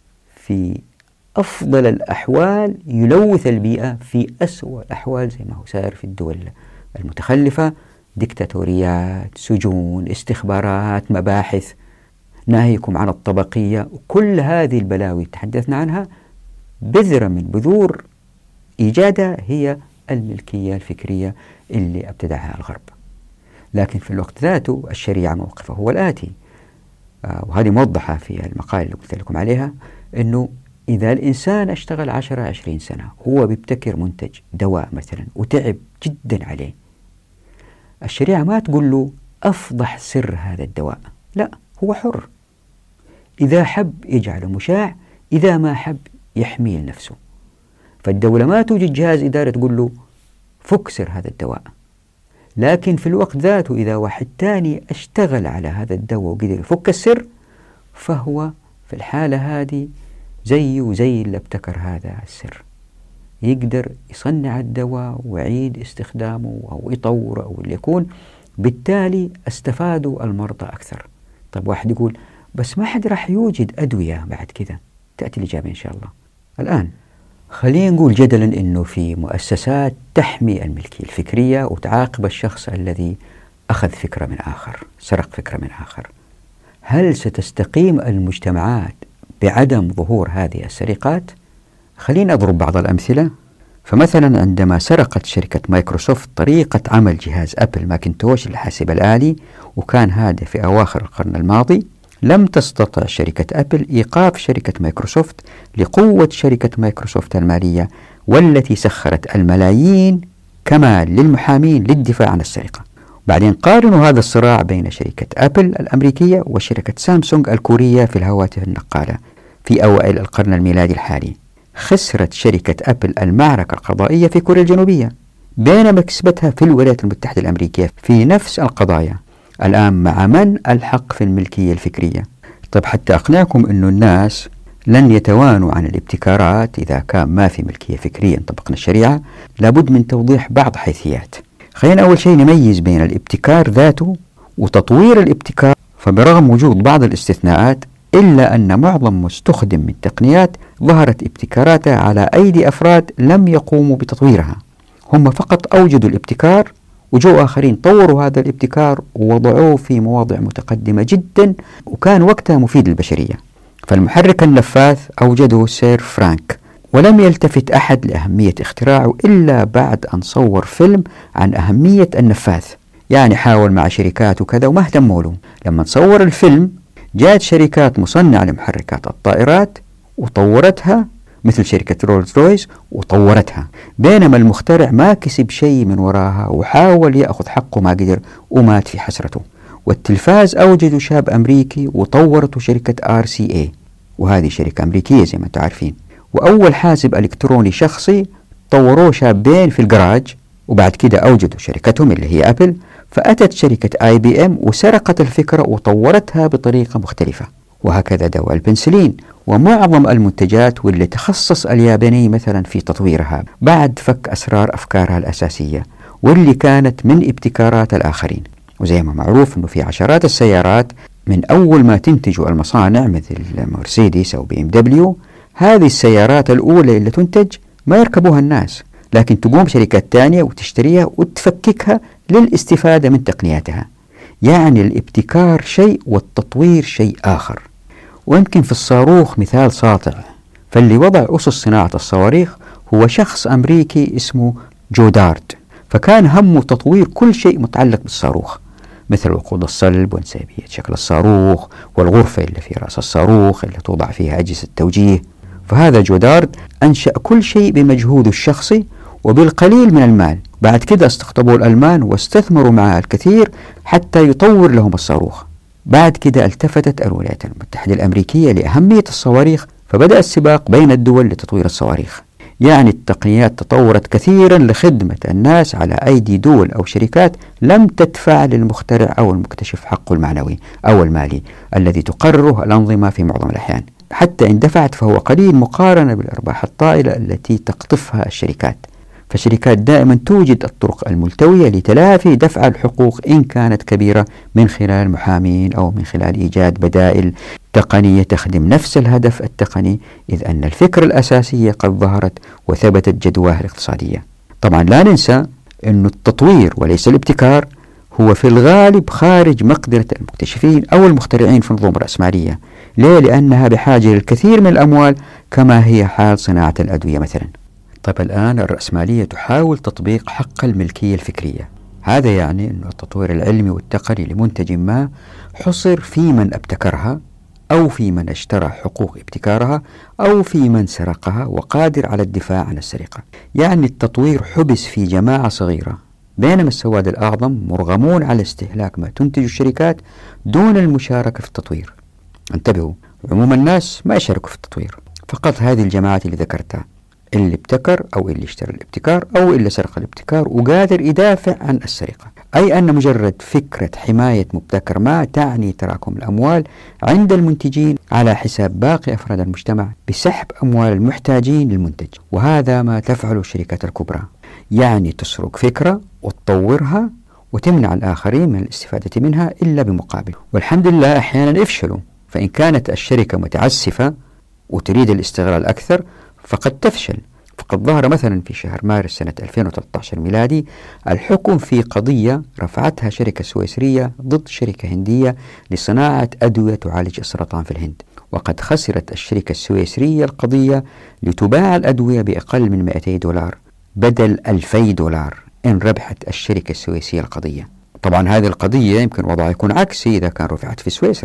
في أفضل الأحوال يلوث البيئة، في أسوأ الأحوال زي ما هو سائر في الدول المتخلفة، ديكتاتوريات، سجون، استخبارات، مباحث، ناهيكم عن الطبقية، وكل هذه البلاوي تحدثنا عنها بذرة من بذور إيجادها هي الملكية الفكرية اللي ابتدعها الغرب. لكن في الوقت ذاته الشريعة موقفه هو الآتي، آه وهذه موضحة في المقال اللي قلت لكم عليها، أنه إذا الإنسان اشتغل عشرة عشرين سنة هو بيبتكر منتج دواء مثلا وتعب جدا عليه، الشريعة ما تقول له أفضح سر هذا الدواء، لا، هو حر، إذا حب يجعله مشاع، إذا ما حب يحميه لنفسه. فالدولة ما توجد جهاز إداري تقول له فك سر هذا الدواء. لكن في الوقت ذاته إذا واحد تاني اشتغل على هذا الدواء وقدر يفك السر، فهو في الحالة هذه زيه وزي اللي ابتكر هذا السر، يقدر يصنع الدواء ويعيد استخدامه أو يطوره أو اللي يكون، بالتالي استفادوا المرضى أكثر. طيب واحد يقول بس ما حد راح يوجد أدوية بعد كذا، تأتي الإجابة إن شاء الله. الآن خلينا نقول جدلا أنه في مؤسسات تحمي الملكية الفكرية وتعاقب الشخص الذي أخذ فكرة من آخر، سرق فكرة من آخر. هل ستستقيم المجتمعات بعدم ظهور هذه السرقات؟ خلينا أضرب بعض الأمثلة. فمثلا عندما سرقت شركة مايكروسوفت طريقة عمل جهاز أبل ماكنتوش الحاسب الآلي، وكان هذا في أواخر القرن الماضي، لم تستطع شركة أبل إيقاف شركة مايكروسوفت لقوة شركة مايكروسوفت المالية والتي سخرت الملايين كما للمحامين للدفاع عن السرقة. بعدين قارنوا هذا الصراع بين شركة أبل الأمريكية وشركة سامسونج الكورية في الهواتف النقالة في أوائل القرن الميلادي الحالي. خسرت شركة أبل المعركة القضائية في كوريا الجنوبية، بينما كسبتها في الولايات المتحدة الأمريكية في نفس القضايا. الآن مع من الحق في الملكية الفكرية؟ طيب حتى أقنعكم أن الناس لن يتوانوا عن الابتكارات إذا كان ما في ملكية فكرية طبقنا الشريعة، لابد من توضيح بعض حيثيات. خلينا أول شيء نميز بين الابتكار ذاته وتطوير الابتكار. فبرغم وجود بعض الاستثناءات إلا أن معظم مستخدم من تقنيات ظهرت ابتكاراتها على أيدي أفراد لم يقوموا بتطويرها، هم فقط أوجدوا الابتكار وجو آخرين طوروا هذا الابتكار ووضعوه في مواضع متقدمة جدا وكان وقتها مفيد للبشرية. فالمحرك النفاث أوجده سير فرانك، ولم يلتفت أحد لأهمية اختراعه إلا بعد أن صور فيلم عن أهمية النفاث. يعني حاول مع شركات وكذا وما اهتموا له. لما صور الفيلم جاءت شركات مصنعة لمحركات الطائرات وطورتها مثل شركة رولز رويس وطورتها، بينما المخترع ما كسب شيء من وراها وحاول يأخذ حقه ما قدر ومات في حسرته. والتلفاز أوجدوا شاب أمريكي وطورته شركة آر سي إيه، وهذه شركة أمريكية زي ما أنتم عارفين. وأول حاسب إلكتروني شخصي طوروه شابين في الجراج، وبعد كده أوجدوا شركتهم اللي هي أبل. فأتت شركة آي بي إم وسرقت الفكرة وطورتها بطريقة مختلفة. وهكذا دواء البنسلين ومعظم المنتجات واللي تخصص الياباني مثلا في تطويرها بعد فك أسرار أفكارها الأساسية واللي كانت من ابتكارات الآخرين. وزي ما معروف أنه في عشرات السيارات من أول ما تنتج المصانع مثل مرسيدس أو بي ام دبليو، هذه السيارات الأولى اللي تنتج ما يركبوها الناس، لكن تقوم شركات تانية وتشتريها وتفككها للاستفادة من تقنياتها. يعني الابتكار شيء والتطوير شيء آخر. ويمكن في الصاروخ مثال ساطع، فاللي وضع أسس صناعة الصواريخ هو شخص أمريكي اسمه جودارد، فكان همه تطوير كل شيء متعلق بالصاروخ مثل وقود الصلب وانسيابية شكل الصاروخ والغرفة اللي في رأس الصاروخ اللي توضع فيها أجهزة التوجيه. فهذا جودارد أنشأ كل شيء بمجهوده الشخصي وبالقليل من المال. بعد كده استقطبوا الألمان واستثمروا معه الكثير حتى يطور لهم الصاروخ. بعد كده التفتت الولايات المتحدة الأمريكية لأهمية الصواريخ، فبدأ السباق بين الدول لتطوير الصواريخ. يعني التقنيات تطورت كثيرا لخدمة الناس على أيدي دول أو شركات لم تدفع للمخترع أو المكتشف حقه المعنوي أو المالي الذي تقرره الأنظمة في معظم الأحيان. حتى إن دفعت فهو قليل مقارنة بالأرباح الطائلة التي تقطفها الشركات. فالشركات دائما توجد الطرق الملتوية لتلافي دفع الحقوق إن كانت كبيرة من خلال محامين أو من خلال إيجاد بدائل تقنية تخدم نفس الهدف التقني، إذ أن الفكرة الأساسية قد ظهرت وثبتت جدواها الاقتصادية. طبعا لا ننسى أن التطوير وليس الابتكار هو في الغالب خارج مقدرة المكتشفين أو المخترعين في نظم رأسمالية. ليه؟ لأنها بحاجة للكثير من الأموال كما هي حال صناعة الأدوية مثلا. طيب الآن الرأسمالية تحاول تطبيق حق الملكية الفكرية. هذا يعني أن التطوير العلمي والتقني لمنتج ما حصر في من ابتكرها أو في من اشترى حقوق ابتكارها أو في من سرقها وقادر على الدفاع عن السرقة. يعني التطوير حبس في جماعة صغيرة، بينما السواد الأعظم مرغمون على استهلاك ما تنتج الشركات دون المشاركة في التطوير. انتبهوا، عموم الناس ما يشاركوا في التطوير، فقط هذه الجماعات اللي ذكرتها، اللي ابتكر أو اللي اشترى الابتكار أو اللي سرق الابتكار وقادر يدافع عن السرقة. أي أن مجرد فكرة حماية مبتكر ما تعني تراكم الأموال عند المنتجين على حساب باقي أفراد المجتمع بسحب أموال المحتاجين للمنتج. وهذا ما تفعله الشركات الكبرى، يعني تسرق فكرة وتطورها وتمنع الآخرين من الاستفادة منها إلا بمقابل. والحمد لله أحيانا يفشلوا، فإن كانت الشركة متعسفة وتريد الاستغلال أكثر فقد تفشل. فقد ظهر مثلا في شهر مارس سنة ألفين وثلاثة عشر ميلادي الحكم في قضية رفعتها شركة سويسرية ضد شركة هندية لصناعة أدوية تعالج السرطان في الهند. وقد خسرت الشركة السويسرية القضية لتباع الأدوية بأقل من مئتي دولار بدل ألفي دولار إن ربحت الشركة السويسرية القضية. طبعا هذه القضية يمكن وضعها يكون عكسي إذا كان رفعت في سويسرا،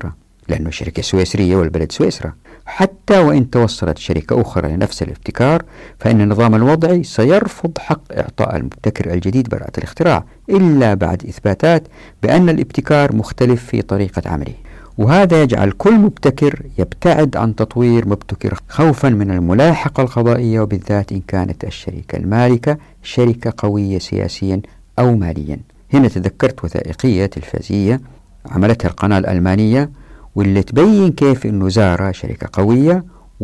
لأنه شركة سويسرية والبلد سويسرا. حتى وإن توصلت شركة أخرى لنفس الابتكار، فإن النظام الوضعي سيرفض حق إعطاء المبتكر الجديد براءة الاختراع إلا بعد إثباتات بأن الابتكار مختلف في طريقة عمله. وهذا يجعل كل مبتكر يبتعد عن تطوير مبتكر خوفا من الملاحقة القضائية، وبالذات إن كانت الشركة المالكة شركة قوية سياسيا أو ماليا. هنا تذكرت وثائقية تلفزية عملتها القناة الألمانية، واللي تبين كيف أنه زارا شركة قوية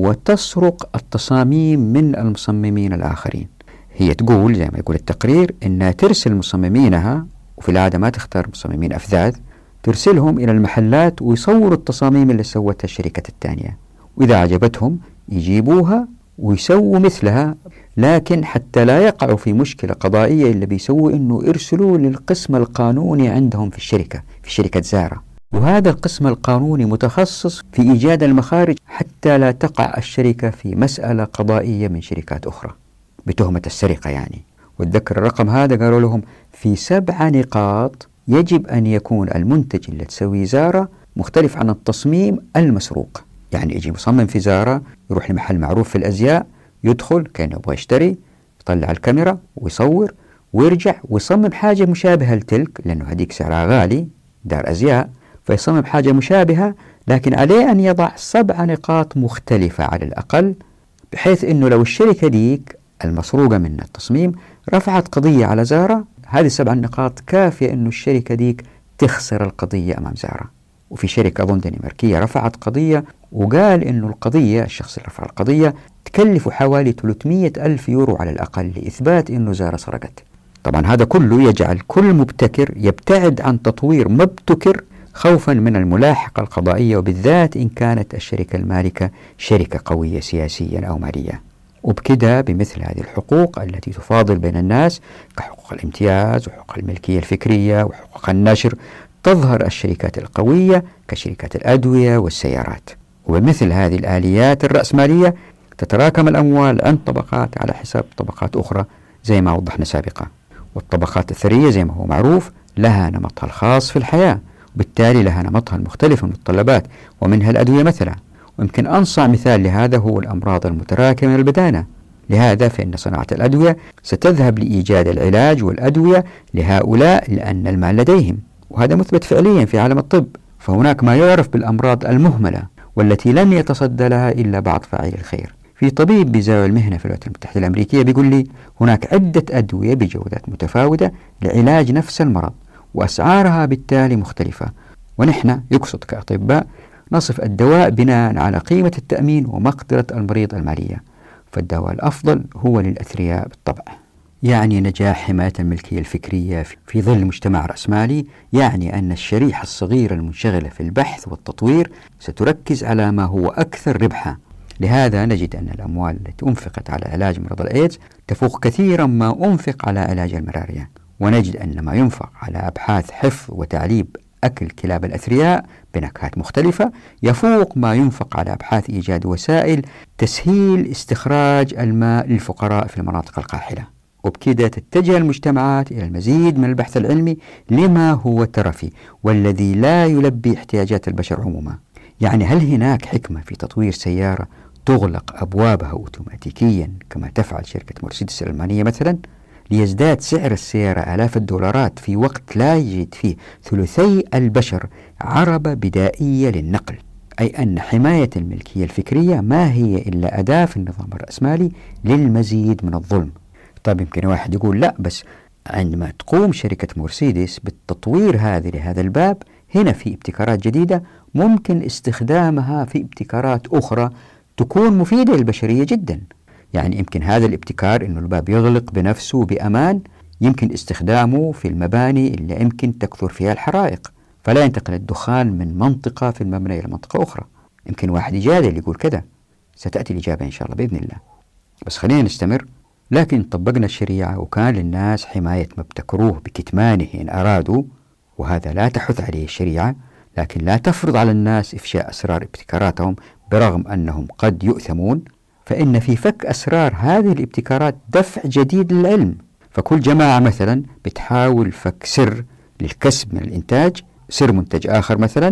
وتسرق التصاميم من المصممين الآخرين. هي تقول زي ما يقول التقرير أنها ترسل مصممينها، وفي العادة ما تختار مصممين أفذاذ، ترسلهم إلى المحلات ويصوروا التصاميم اللي سوتها الشركة الثانية، وإذا عجبتهم يجيبوها ويسووا مثلها. لكن حتى لا يقعوا في مشكلة قضائية اللي بيسووا أنه يرسلوا للقسم القانوني عندهم في الشركة في شركة زارا، وهذا القسم القانوني متخصص في إيجاد المخارج حتى لا تقع الشركة في مسألة قضائية من شركات أخرى بتهمة السرقة يعني. واتذكر الرقم هذا قالوا لهم في سبع نقاط يجب أن يكون المنتج اللي تسويه زارا مختلف عن التصميم المسروق. يعني يجي مصمم في زارا يروح لمحل معروف في الأزياء، يدخل كأنه يبغى يشتري، يطلع الكاميرا ويصور ويرجع ويصمم حاجة مشابهة لتلك، لأنه هديك سعرها غالي دار أزياء، فيصمم حاجة مشابهة لكن عليه أن يضع سبع نقاط مختلفة على الأقل، بحيث أنه لو الشركة ديك المسروقة من التصميم رفعت قضية على زارا، هذه السبع نقاط كافية أنه الشركة ديك تخسر القضية أمام زارا. وفي شركة أظن دنماركية رفعت قضية وقال أنه القضية الشخص اللي رفع القضية تكلف حوالي ثلاثمئة ألف يورو على الأقل لإثبات أنه زارا سرقت. طبعا هذا كله يجعل كل مبتكر يبتعد عن تطوير مبتكر خوفا من الملاحقة القضائية، وبالذات إن كانت الشركة المالكة شركة قوية سياسيا أو ماليا. وبكده بمثل هذه الحقوق التي تفاضل بين الناس كحقوق الامتياز وحقوق الملكية الفكرية وحقوق النشر، تظهر الشركات القوية كشركات الأدوية والسيارات. وبمثل هذه الآليات الرأسمالية تتراكم الأموال عند طبقات على حساب طبقات أخرى زي ما وضحنا سابقا. والطبقات الثرية زي ما هو معروف لها نمطها الخاص في الحياة، وبالتالي لها نمطها المختلف من المتطلبات، ومنها الأدوية مثلا. ويمكن أنصع مثال لهذا هو الأمراض المتراكمة من البدانة. لهذا فإن صناعة الأدوية ستذهب لإيجاد العلاج والأدوية لهؤلاء لأن المال لديهم، وهذا مثبت فعليا في عالم الطب. فهناك ما يعرف بالأمراض المهملة والتي لم يتصدى لها إلا بعض فاعلي الخير. في طبيب بزاوية المهنة في الولايات المتحدة الأمريكية بيقول لي هناك عدة أدوية بجودات متفاوتة لعلاج نفس المرض، وأسعارها بالتالي مختلفة، ونحن يقصد كأطباء نصف الدواء بناء على قيمة التأمين ومقدرة المريض المالية، فالدواء الأفضل هو للأثرياء بالطبع. يعني نجاح حماية الملكية الفكرية في ظل مجتمع رأسمالي يعني أن الشريحة الصغيرة المنشغلة في البحث والتطوير ستركز على ما هو أكثر ربحا. لهذا نجد أن الأموال التي أنفقت على علاج مرض الإيدز تفوق كثيرا ما أنفق على علاج الملاريا، ونجد أن ما ينفق على أبحاث حفظ وتعليب أكل كلاب الأثرياء بنكهات مختلفة يفوق ما ينفق على أبحاث إيجاد وسائل تسهيل استخراج الماء للفقراء في المناطق القاحلة. وبكذا تتجه المجتمعات إلى المزيد من البحث العلمي لما هو ترفي والذي لا يلبي احتياجات البشر عموما. يعني هل هناك حكمة في تطوير سيارة تغلق أبوابها أوتوماتيكيا كما تفعل شركة مرسيدس الألمانية مثلا ليزداد سعر السيارة آلاف الدولارات في وقت لا يجد فيه ثلثي البشر عربة بدائية للنقل؟ أي أن حماية الملكية الفكرية ما هي إلا أداة في النظام الرأسمالي للمزيد من الظلم. طيب يمكن واحد يقول لا، بس عندما تقوم شركة مرسيدس بالتطوير هذه لهذا الباب، هنا في ابتكارات جديدة ممكن استخدامها في ابتكارات أخرى تكون مفيدة للبشرية جدا. يعني يمكن هذا الابتكار إنه الباب يغلق بنفسه بأمان يمكن استخدامه في المباني اللي يمكن تكثر فيها الحرائق، فلا ينتقل الدخان من منطقة في المبنى إلى منطقة أخرى. يمكن واحد يجادل يقول كذا، ستأتي الإجابة إن شاء الله بإذن الله. بس خلينا نستمر. لكن طبقنا الشريعة وكان للناس حماية ما ابتكروه بكتمانه إن أرادوا، وهذا لا تحث عليه الشريعة، لكن لا تفرض على الناس إفشاء أسرار ابتكاراتهم برغم أنهم قد يؤثمون. فإن في فك أسرار هذه الابتكارات دفع جديد للعلم. فكل جماعة مثلا بتحاول فك سر للكسب من الإنتاج، سر منتج آخر مثلا،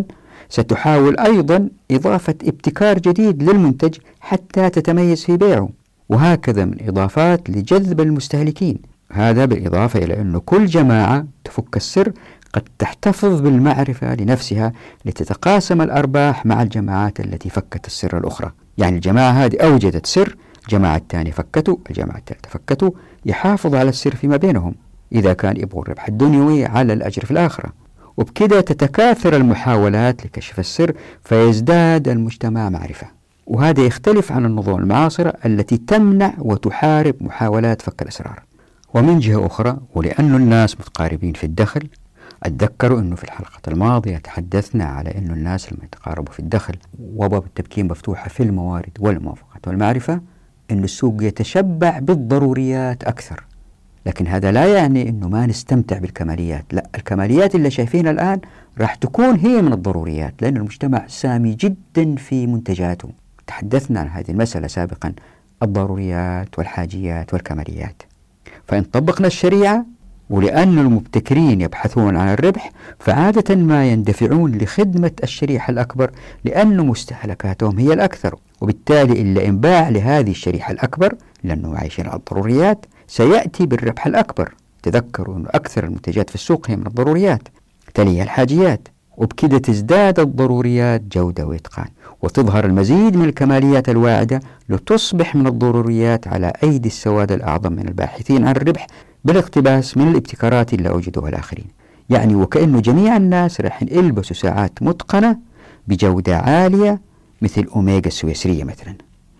ستحاول أيضا إضافة ابتكار جديد للمنتج حتى تتميز في بيعه، وهكذا من إضافات لجذب المستهلكين. هذا بالإضافة إلى أن كل جماعة تفك السر قد تحتفظ بالمعرفة لنفسها لتتقاسم الأرباح مع الجماعات التي فكت السر الأخرى. يعني الجماعة هذه أوجدت سر، الجماعة الثانية فكته، الجماعة الثالثة فكته، يحافظ على السر فيما بينهم إذا كان يبغوا الربح الدنيوي على الأجر في الآخرة. وبكده تتكاثر المحاولات لكشف السر فيزداد المجتمع معرفة. وهذا يختلف عن النظم المعاصرة التي تمنع وتحارب محاولات فك الأسرار. ومن جهة أخرى، ولأن الناس متقاربين في الدخل، أتذكروا أنه في الحلقة الماضية تحدثنا على أن الناس لما يتقاربوا في الدخل وباب التبكين مفتوحة في الموارد والموافقات والمعرفة، أن السوق يتشبع بالضروريات أكثر. لكن هذا لا يعني أنه ما نستمتع بالكماليات، لا، الكماليات اللي شايفينها الآن راح تكون هي من الضروريات، لأن المجتمع سامي جدا في منتجاته. تحدثنا عن هذه المسألة سابقا، الضروريات والحاجيات والكماليات. فإن طبقنا الشريعة، ولأن المبتكرين يبحثون عن الربح، فعادة ما يندفعون لخدمة الشريحة الأكبر لأن مستهلكاتهم هي الأكثر، وبالتالي إلا إنباع لهذه الشريحة الأكبر لأنه عايشين على الضروريات سيأتي بالربح الأكبر. تذكروا أن أكثر المنتجات في السوق هي من الضروريات، تليها الحاجيات، وبكده تزداد الضروريات جودة وإتقان، وتظهر المزيد من الكماليات الواعدة لتصبح من الضروريات على أيدي السواد الأعظم من الباحثين عن الربح بالاقتباس من الابتكارات اللي أوجدوها الآخرين. يعني وكأنه جميع الناس راح يلبسوا ساعات متقنة بجودة عالية مثل أوميغا السويسرية مثلا،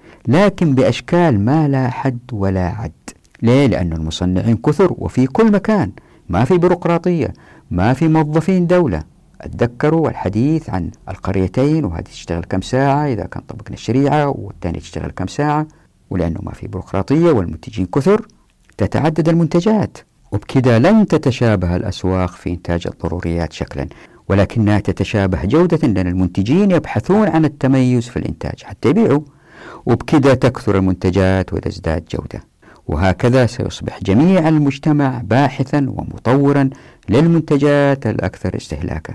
لكن بأشكال ما لا حد ولا عد. ليه؟ لأن المصنعين كثر وفي كل مكان، ما في بيروقراطية، ما في موظفين دولة. اتذكروا الحديث عن القريتين، وهذه تشتغل كم ساعة إذا كان طبقنا الشريعة، والثانية تشتغل كم ساعة. ولأنه ما في بيروقراطية والمنتجين كثر تتعدد المنتجات، وبكذا لن تتشابه الأسواق في إنتاج الضروريات شكلا، ولكنها تتشابه جودة، لأن المنتجين يبحثون عن التميز في الإنتاج حتى يبيعوا، وبكذا تكثر المنتجات وتزداد جودة. وهكذا سيصبح جميع المجتمع باحثا ومطورا للمنتجات الأكثر استهلاكا.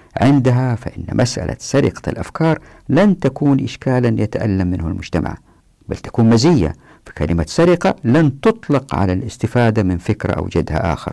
عندها فإن مسألة سرقة الأفكار لن تكون إشكالا يتألم منه المجتمع، بل تكون مزية. فكلمة سرقة لن تطلق على الاستفادة من فكرة أوجدها آخر،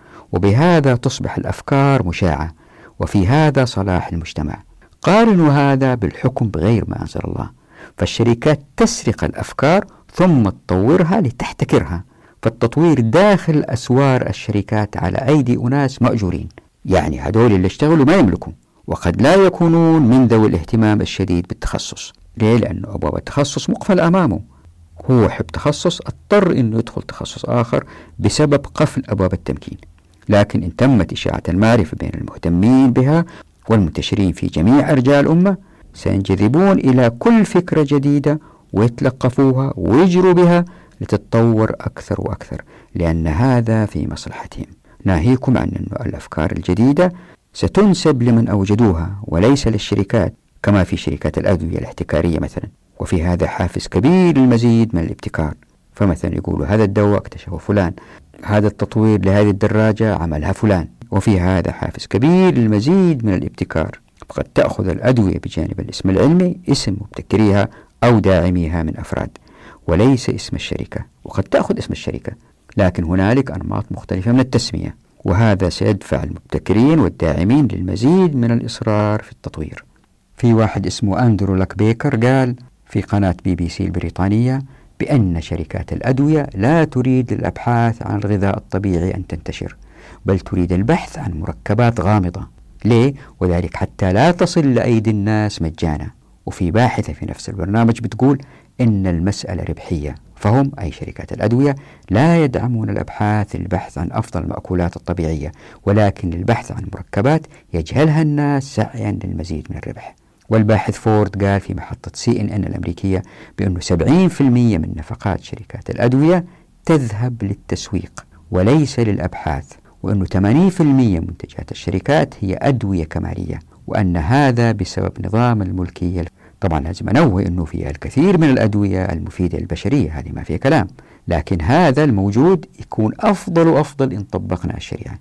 وبهذا تصبح الأفكار مشاعة، وفي هذا صلاح المجتمع. قارنوا هذا بالحكم بغير ما أنزل الله، فالشركات تسرق الأفكار ثم تطورها لتحتكرها، فالتطوير داخل أسوار الشركات على أيدي أناس مأجورين. يعني هدول اللي اشتغلوا ما يملكوا، وقد لا يكونون من ذوي الاهتمام الشديد بالتخصص. ليه؟ لأن أبواب التخصص مقفل أمامه، هو حب تخصص اضطر أنه يدخل تخصص آخر بسبب قفل أبواب التمكين. لكن إن تمت إشاعة المعرفة بين المهتمين بها والمنتشرين في جميع أرجاء الأمة، سينجذبون إلى كل فكرة جديدة ويتلقفوها ويجروا بها لتتطور أكثر وأكثر، لأن هذا في مصلحتهم. ناهيكم عن أن الأفكار الجديدة ستنسب لمن أوجدوها وليس للشركات، كما في شركات الأدوية الاحتكارية مثلا، وفي هذا حافز كبير للمزيد من الابتكار. فمثلا يقولوا هذا الدواء اكتشفه فلان، هذا التطوير لهذه الدراجة عملها فلان، وفي هذا حافز كبير للمزيد من الابتكار. فقد تأخذ الأدوية بجانب الاسم العلمي اسم مبتكريها أو داعميها من أفراد، وليس اسم الشركة، وقد تأخذ اسم الشركة، لكن هنالك أنماط مختلفة من التسمية، وهذا سيدفع المبتكرين والداعمين للمزيد من الإصرار في التطوير. في واحد اسمه أندرو لك بيكر قال في قناة بي بي سي البريطانية بأن شركات الأدوية لا تريد الأبحاث عن الغذاء الطبيعي أن تنتشر، بل تريد البحث عن مركبات غامضة. ليه؟ وذلك حتى لا تصل لأيدي الناس مجانا. وفي باحثة في نفس البرنامج بتقول إن المسألة ربحية، فهم أي شركات الأدوية لا يدعمون الأبحاث للبحث عن أفضل المأكولات الطبيعية، ولكن للبحث عن مركبات يجهلها الناس سعيا للمزيد من الربح. والباحث فورد قال في محطة سي إن إن الأمريكية بأنه سبعين بالمئة من نفقات شركات الأدوية تذهب للتسويق وليس للأبحاث، وأنه ثمانين بالمئة من منتجات الشركات هي أدوية كمالية، وأن هذا بسبب نظام الملكية. طبعا لازم أنوه أنه فيها الكثير من الأدوية المفيدة للبشرية، هذه ما فيها كلام، لكن هذا الموجود يكون أفضل وأفضل إن طبقنا الشريعة.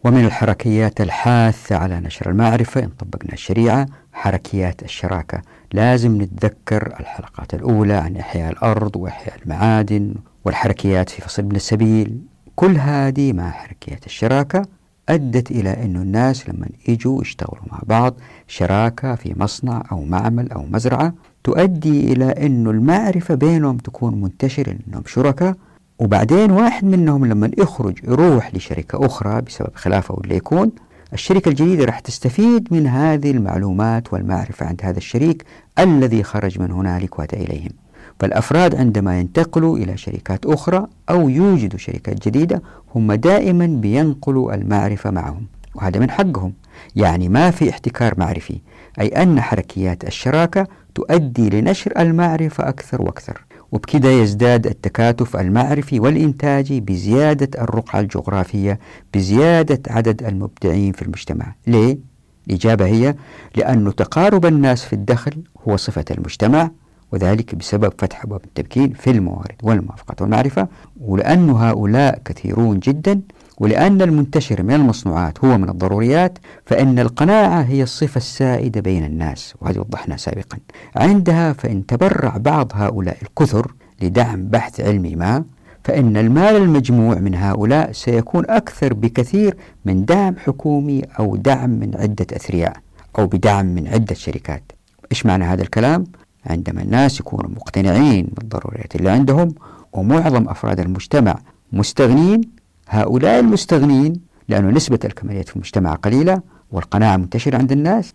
ومن الحركيات الحاثة على نشر المعرفة إن طبقنا الشريعة حركيات الشراكة. لازم نتذكر الحلقات الأولى عن إحياء الأرض وإحياء المعادن والحركيات في فصل ابن السبيل. كل هذه مع حركيات الشراكة أدت إلى أن الناس لما يجوا يشتغلوا مع بعض شراكة في مصنع أو معمل أو مزرعة تؤدي إلى أن المعرفة بينهم تكون منتشرة لأنهم شركاء، وبعدين واحد منهم لما يخرج يروح لشركة أخرى بسبب خلافه واللي يكون الشركة الجديدة راح تستفيد من هذه المعلومات والمعرفة عند هذا الشريك الذي خرج من هنالك وأتى إليهم. فالأفراد عندما ينتقلوا إلى شركات أخرى أو يوجدوا شركات جديدة هم دائما بينقلوا المعرفة معهم، وهذا من حقهم، يعني ما في احتكار معرفي، أي أن حركيات الشراكة تؤدي لنشر المعرفة أكثر وأكثر، وبكذا يزداد التكاتف المعرفي والإنتاجي بزيادة الرقعة الجغرافية، بزيادة عدد المبدعين في المجتمع. ليه؟ الإجابة هي لأن تقارب الناس في الدخل هو صفة المجتمع، وذلك بسبب فتح أبواب التمكين في الموارد والموافقات والمعرفة، ولأن هؤلاء كثيرون جدا، ولأن المنتشر من المصنوعات هو من الضروريات، فإن القناعة هي الصفة السائدة بين الناس، وهذه وضحنا سابقا. عندها فإن تبرع بعض هؤلاء الكثر لدعم بحث علمي ما، فإن المال المجموع من هؤلاء سيكون أكثر بكثير من دعم حكومي أو دعم من عدة أثرياء أو بدعم من عدة شركات. إيش معنى هذا الكلام؟ عندما الناس يكونوا مقتنعين بالضروريات اللي عندهم ومعظم أفراد المجتمع مستغنين، هؤلاء المستغنين لأن نسبة الكماليات في المجتمع قليلة والقناعة منتشرة عند الناس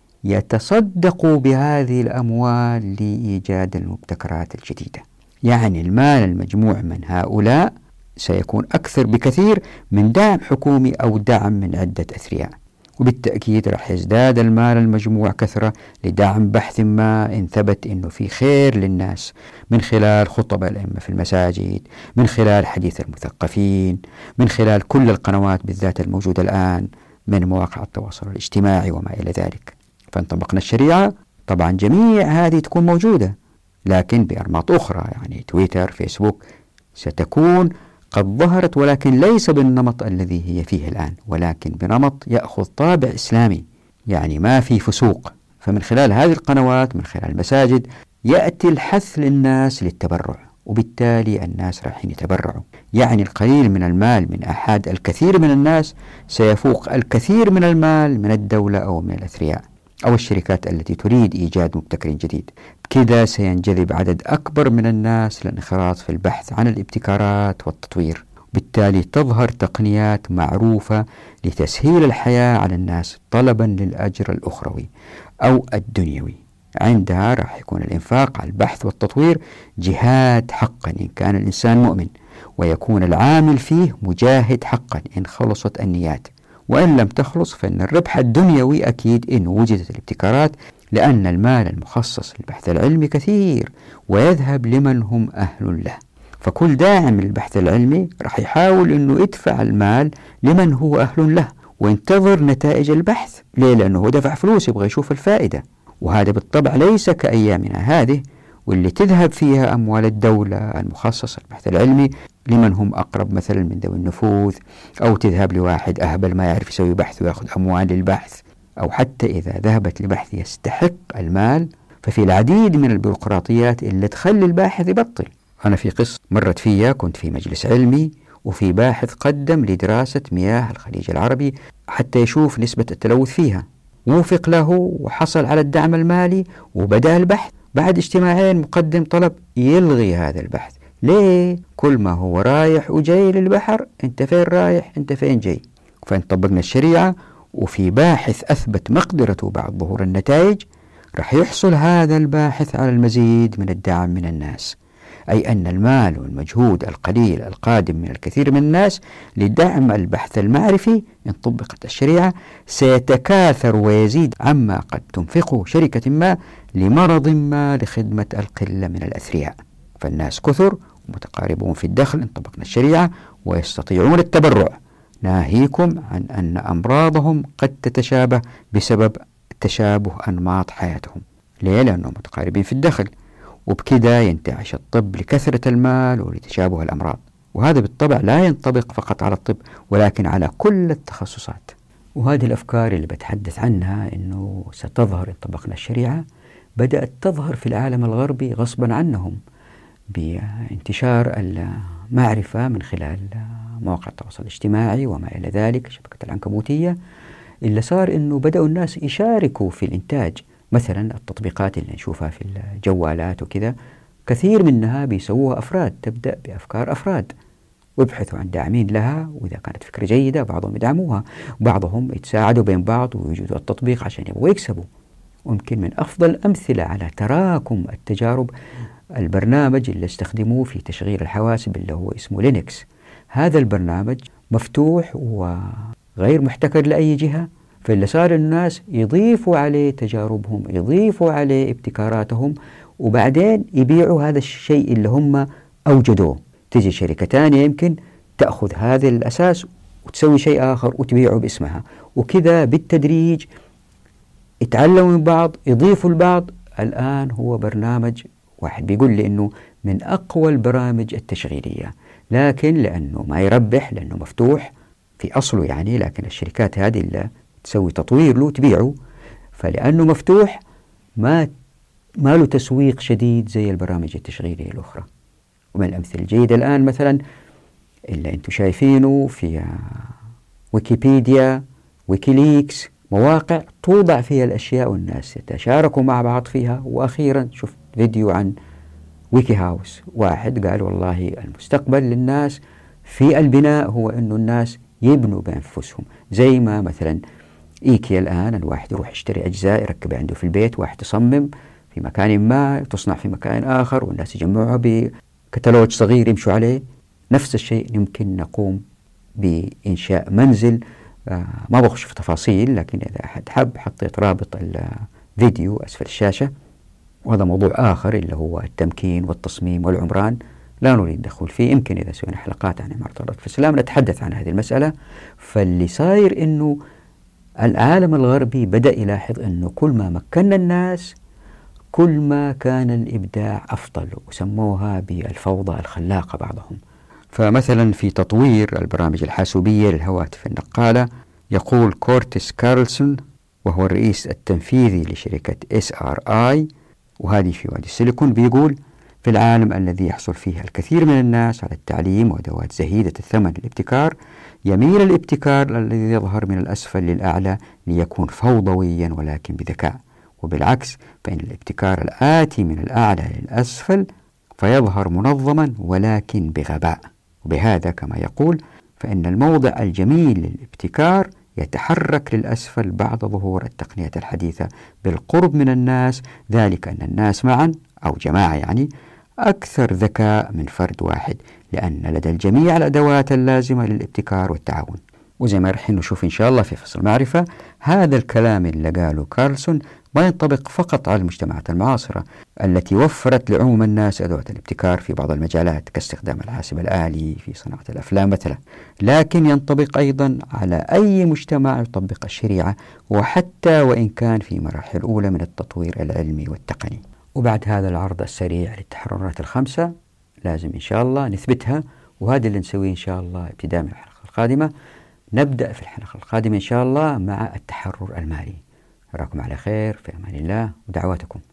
يتصدقوا بهذه الأموال لإيجاد المبتكرات الجديدة. يعني المال المجموع من هؤلاء سيكون أكثر بكثير من دعم حكومي أو دعم من عدة أثرياء، وبالتأكيد راح يزداد المال المجموع كثرة لدعم بحث ما إن ثبت أنه في خير للناس، من خلال خطب الأئمة في المساجد، من خلال حديث المثقفين، من خلال كل القنوات بالذات الموجودة الآن من مواقع التواصل الاجتماعي وما إلى ذلك. فإن طبقنا الشريعة طبعا جميع هذه تكون موجودة، لكن بأنماط أخرى، يعني تويتر، فيسبوك، ستكون قد ظهرت، ولكن ليس بالنمط الذي هي فيه الآن، ولكن بنمط يأخذ طابع إسلامي، يعني ما في فسوق. فمن خلال هذه القنوات، من خلال المساجد، يأتي الحث للناس للتبرع، وبالتالي الناس رايحين يتبرعوا. يعني القليل من المال من أحد الكثير من الناس سيفوق الكثير من المال من الدولة أو من الأثرياء أو الشركات التي تريد إيجاد مبتكر جديد. بكذا سينجذب عدد أكبر من الناس للانخراط في البحث عن الابتكارات والتطوير، بالتالي تظهر تقنيات معروفة لتسهيل الحياة على الناس طلبا للأجر الأخروي أو الدنيوي. عندها راح يكون الإنفاق على البحث والتطوير جهاد حقا إن كان الإنسان مؤمن، ويكون العامل فيه مجاهد حقا إن خلصت النيات، وإن لم تخلص فإن الربح الدنيوي أكيد إن وجدت الابتكارات، لأن المال المخصص للبحث العلمي كثير ويذهب لمن هم أهل له. فكل داعم للبحث العلمي راح يحاول أنه يدفع المال لمن هو أهل له وينتظر نتائج البحث. ليه؟ لأنه هو دفع فلوس يبغى يشوف الفائدة، وهذا بالطبع ليس كأيامنا هذه واللي تذهب فيها أموال الدولة المخصصة للبحث العلمي لمن هم أقرب مثلا من ذوي النفوذ، أو تذهب لواحد أهبل ما يعرف يسوي بحث ويأخذ أموال للبحث، أو حتى إذا ذهبت لبحث يستحق المال ففي العديد من البيروقراطيات اللي تخلي الباحث يبطل. أنا في قصة مرت فيها، كنت في مجلس علمي وفي باحث قدم لدراسة مياه الخليج العربي حتى يشوف نسبة التلوث فيها، ووفق له وحصل على الدعم المالي وبدأ البحث. بعد اجتماعين مقدم طلب يلغي هذا البحث. ليه؟ كل ما هو رايح وجاي للبحر، انت فين رايح انت فين جاي. فإن طبقنا الشريعة وفي باحث أثبت مقدرته بعد ظهور النتائج، رح يحصل هذا الباحث على المزيد من الدعم من الناس، أي أن المال والمجهود القليل القادم من الكثير من الناس لدعم البحث المعرفي إن طبقت الشريعة سيتكاثر ويزيد عما قد تنفقه شركة ما لمرض ما لخدمة القلة من الأثرياء. فالناس كثر ومتقاربون في الدخل إن طبقنا الشريعة ويستطيعون التبرع، ناهيكم عن أن أمراضهم قد تتشابه بسبب تشابه أنماط حياتهم. ليه؟ لأنهم متقاربين في الدخل، وبكذا ينتعش الطب لكثرة المال ولتشابه الأمراض. وهذا بالطبع لا ينطبق فقط على الطب ولكن على كل التخصصات. وهذه الأفكار اللي بتحدث عنها أنه ستظهر إن طبقنا الشريعة بدأت تظهر في العالم الغربي غصبا عنهم بانتشار المعرفة من خلال مواقع التواصل الاجتماعي وما إلى ذلك، شبكة العنكبوتية، اللي صار أنه بدأوا الناس يشاركوا في الإنتاج. مثلا التطبيقات اللي نشوفها في الجوالات وكذا كثير منها بيسووها أفراد، تبدأ بأفكار أفراد ويبحثوا عن داعمين لها، وإذا كانت فكرة جيدة بعضهم يدعموها، وبعضهم يتساعدوا بين بعض ويوجدوا التطبيق عشان يبغوا يكسبوا. ويمكن من أفضل الأمثلة على تراكم التجارب البرنامج اللي استخدموه في تشغيل الحواسب اللي هو اسمه لينكس. هذا البرنامج مفتوح وغير محتكر لأي جهة، فاللي صار الناس يضيفوا عليه تجاربهم، يضيفوا عليه ابتكاراتهم، وبعدين يبيعوا هذا الشيء اللي هم أوجدوه. تجي شركة تانية يمكن تأخذ هذا الأساس وتسوي شيء آخر وتبيعه باسمها، وكذا بالتدريج يتعلموا من بعض، يضيفوا البعض. الآن هو برنامج واحد بيقول لي أنه من أقوى البرامج التشغيلية، لكن لأنه ما يربح، لأنه مفتوح في أصله يعني، لكن الشركات هذه اللي تسوي تطوير له تبيعه، فلأنه مفتوح ما ما له تسويق شديد زي البرامج التشغيلية الأخرى. ومن الأمثلة الجيدة الآن مثلا اللي أنتم شايفينه في ويكيبيديا، ويكيليكس، مواقع توضع فيها الأشياء والناس يتشاركوا مع بعض فيها. وأخيرا شفت فيديو عن ويكي هاوس، واحد قال والله المستقبل للناس في البناء هو أنه الناس يبنوا بأنفسهم، زي ما مثلا إيكيا الآن الواحد يروح يشتري أجزاء يركبها عنده في البيت، واحد تصمم في مكان ما تصنع في مكان آخر والناس يجمعوها بكتالوج صغير يمشوا عليه. نفس الشيء يمكن نقوم بإنشاء منزل. آه ما بخش في تفاصيل، لكن إذا أحد حب حطيت رابط الفيديو أسفل الشاشة. وهذا موضوع آخر اللي هو التمكين والتصميم والعمران، لا نريد الدخول فيه. يمكن إذا سوينا حلقات عن عمارة الأرض في الإسلام نتحدث عن هذه المسألة. فاللي صاير إنه العالم الغربي بدأ يلاحظ أنه كل ما مكنا الناس كل ما كان الإبداع أفضل، وسموها بالفوضى الخلاقة بعضهم. فمثلا في تطوير البرامج الحاسوبية للهواتف النقالة يقول كورتس كارلسون، وهو الرئيس التنفيذي لشركة إس آر آي وهذه في وادي السيليكون، بيقول في العالم الذي يحصل فيه الكثير من الناس على التعليم وأدوات زهيدة الثمن للابتكار، يميل الابتكار الذي يظهر من الأسفل للأعلى ليكون فوضويا ولكن بذكاء، وبالعكس فإن الابتكار الآتي من الأعلى للأسفل فيظهر منظما ولكن بغباء. وبهذا كما يقول فإن الموضع الجميل للابتكار يتحرك للأسفل بعد ظهور التقنية الحديثة بالقرب من الناس، ذلك أن الناس معا أو جماعة يعني أكثر ذكاء من فرد واحد، لأن لدى الجميع الأدوات اللازمة للابتكار والتعاون. وزي ما رح نشوف إن شاء الله في فصل معرفة، هذا الكلام اللي قاله كارلسون ما ينطبق فقط على المجتمعات المعاصرة التي وفرت لعموم الناس أدوات الابتكار في بعض المجالات كاستخدام الحاسب الآلي في صناعة الأفلام مثلا، لكن ينطبق أيضا على أي مجتمع يطبق الشريعة، وحتى وإن كان في مراحل أولى من التطوير العلمي والتقني. وبعد هذا العرض السريع للتحررات الخمسة لازم إن شاء الله نثبتها، وهذا اللي نسويه إن شاء الله ابتداء من الحلقة القادمة. نبدأ في الحلقة القادمة إن شاء الله مع التحرر المالي. أراكم على خير، في أمان الله ودعواتكم.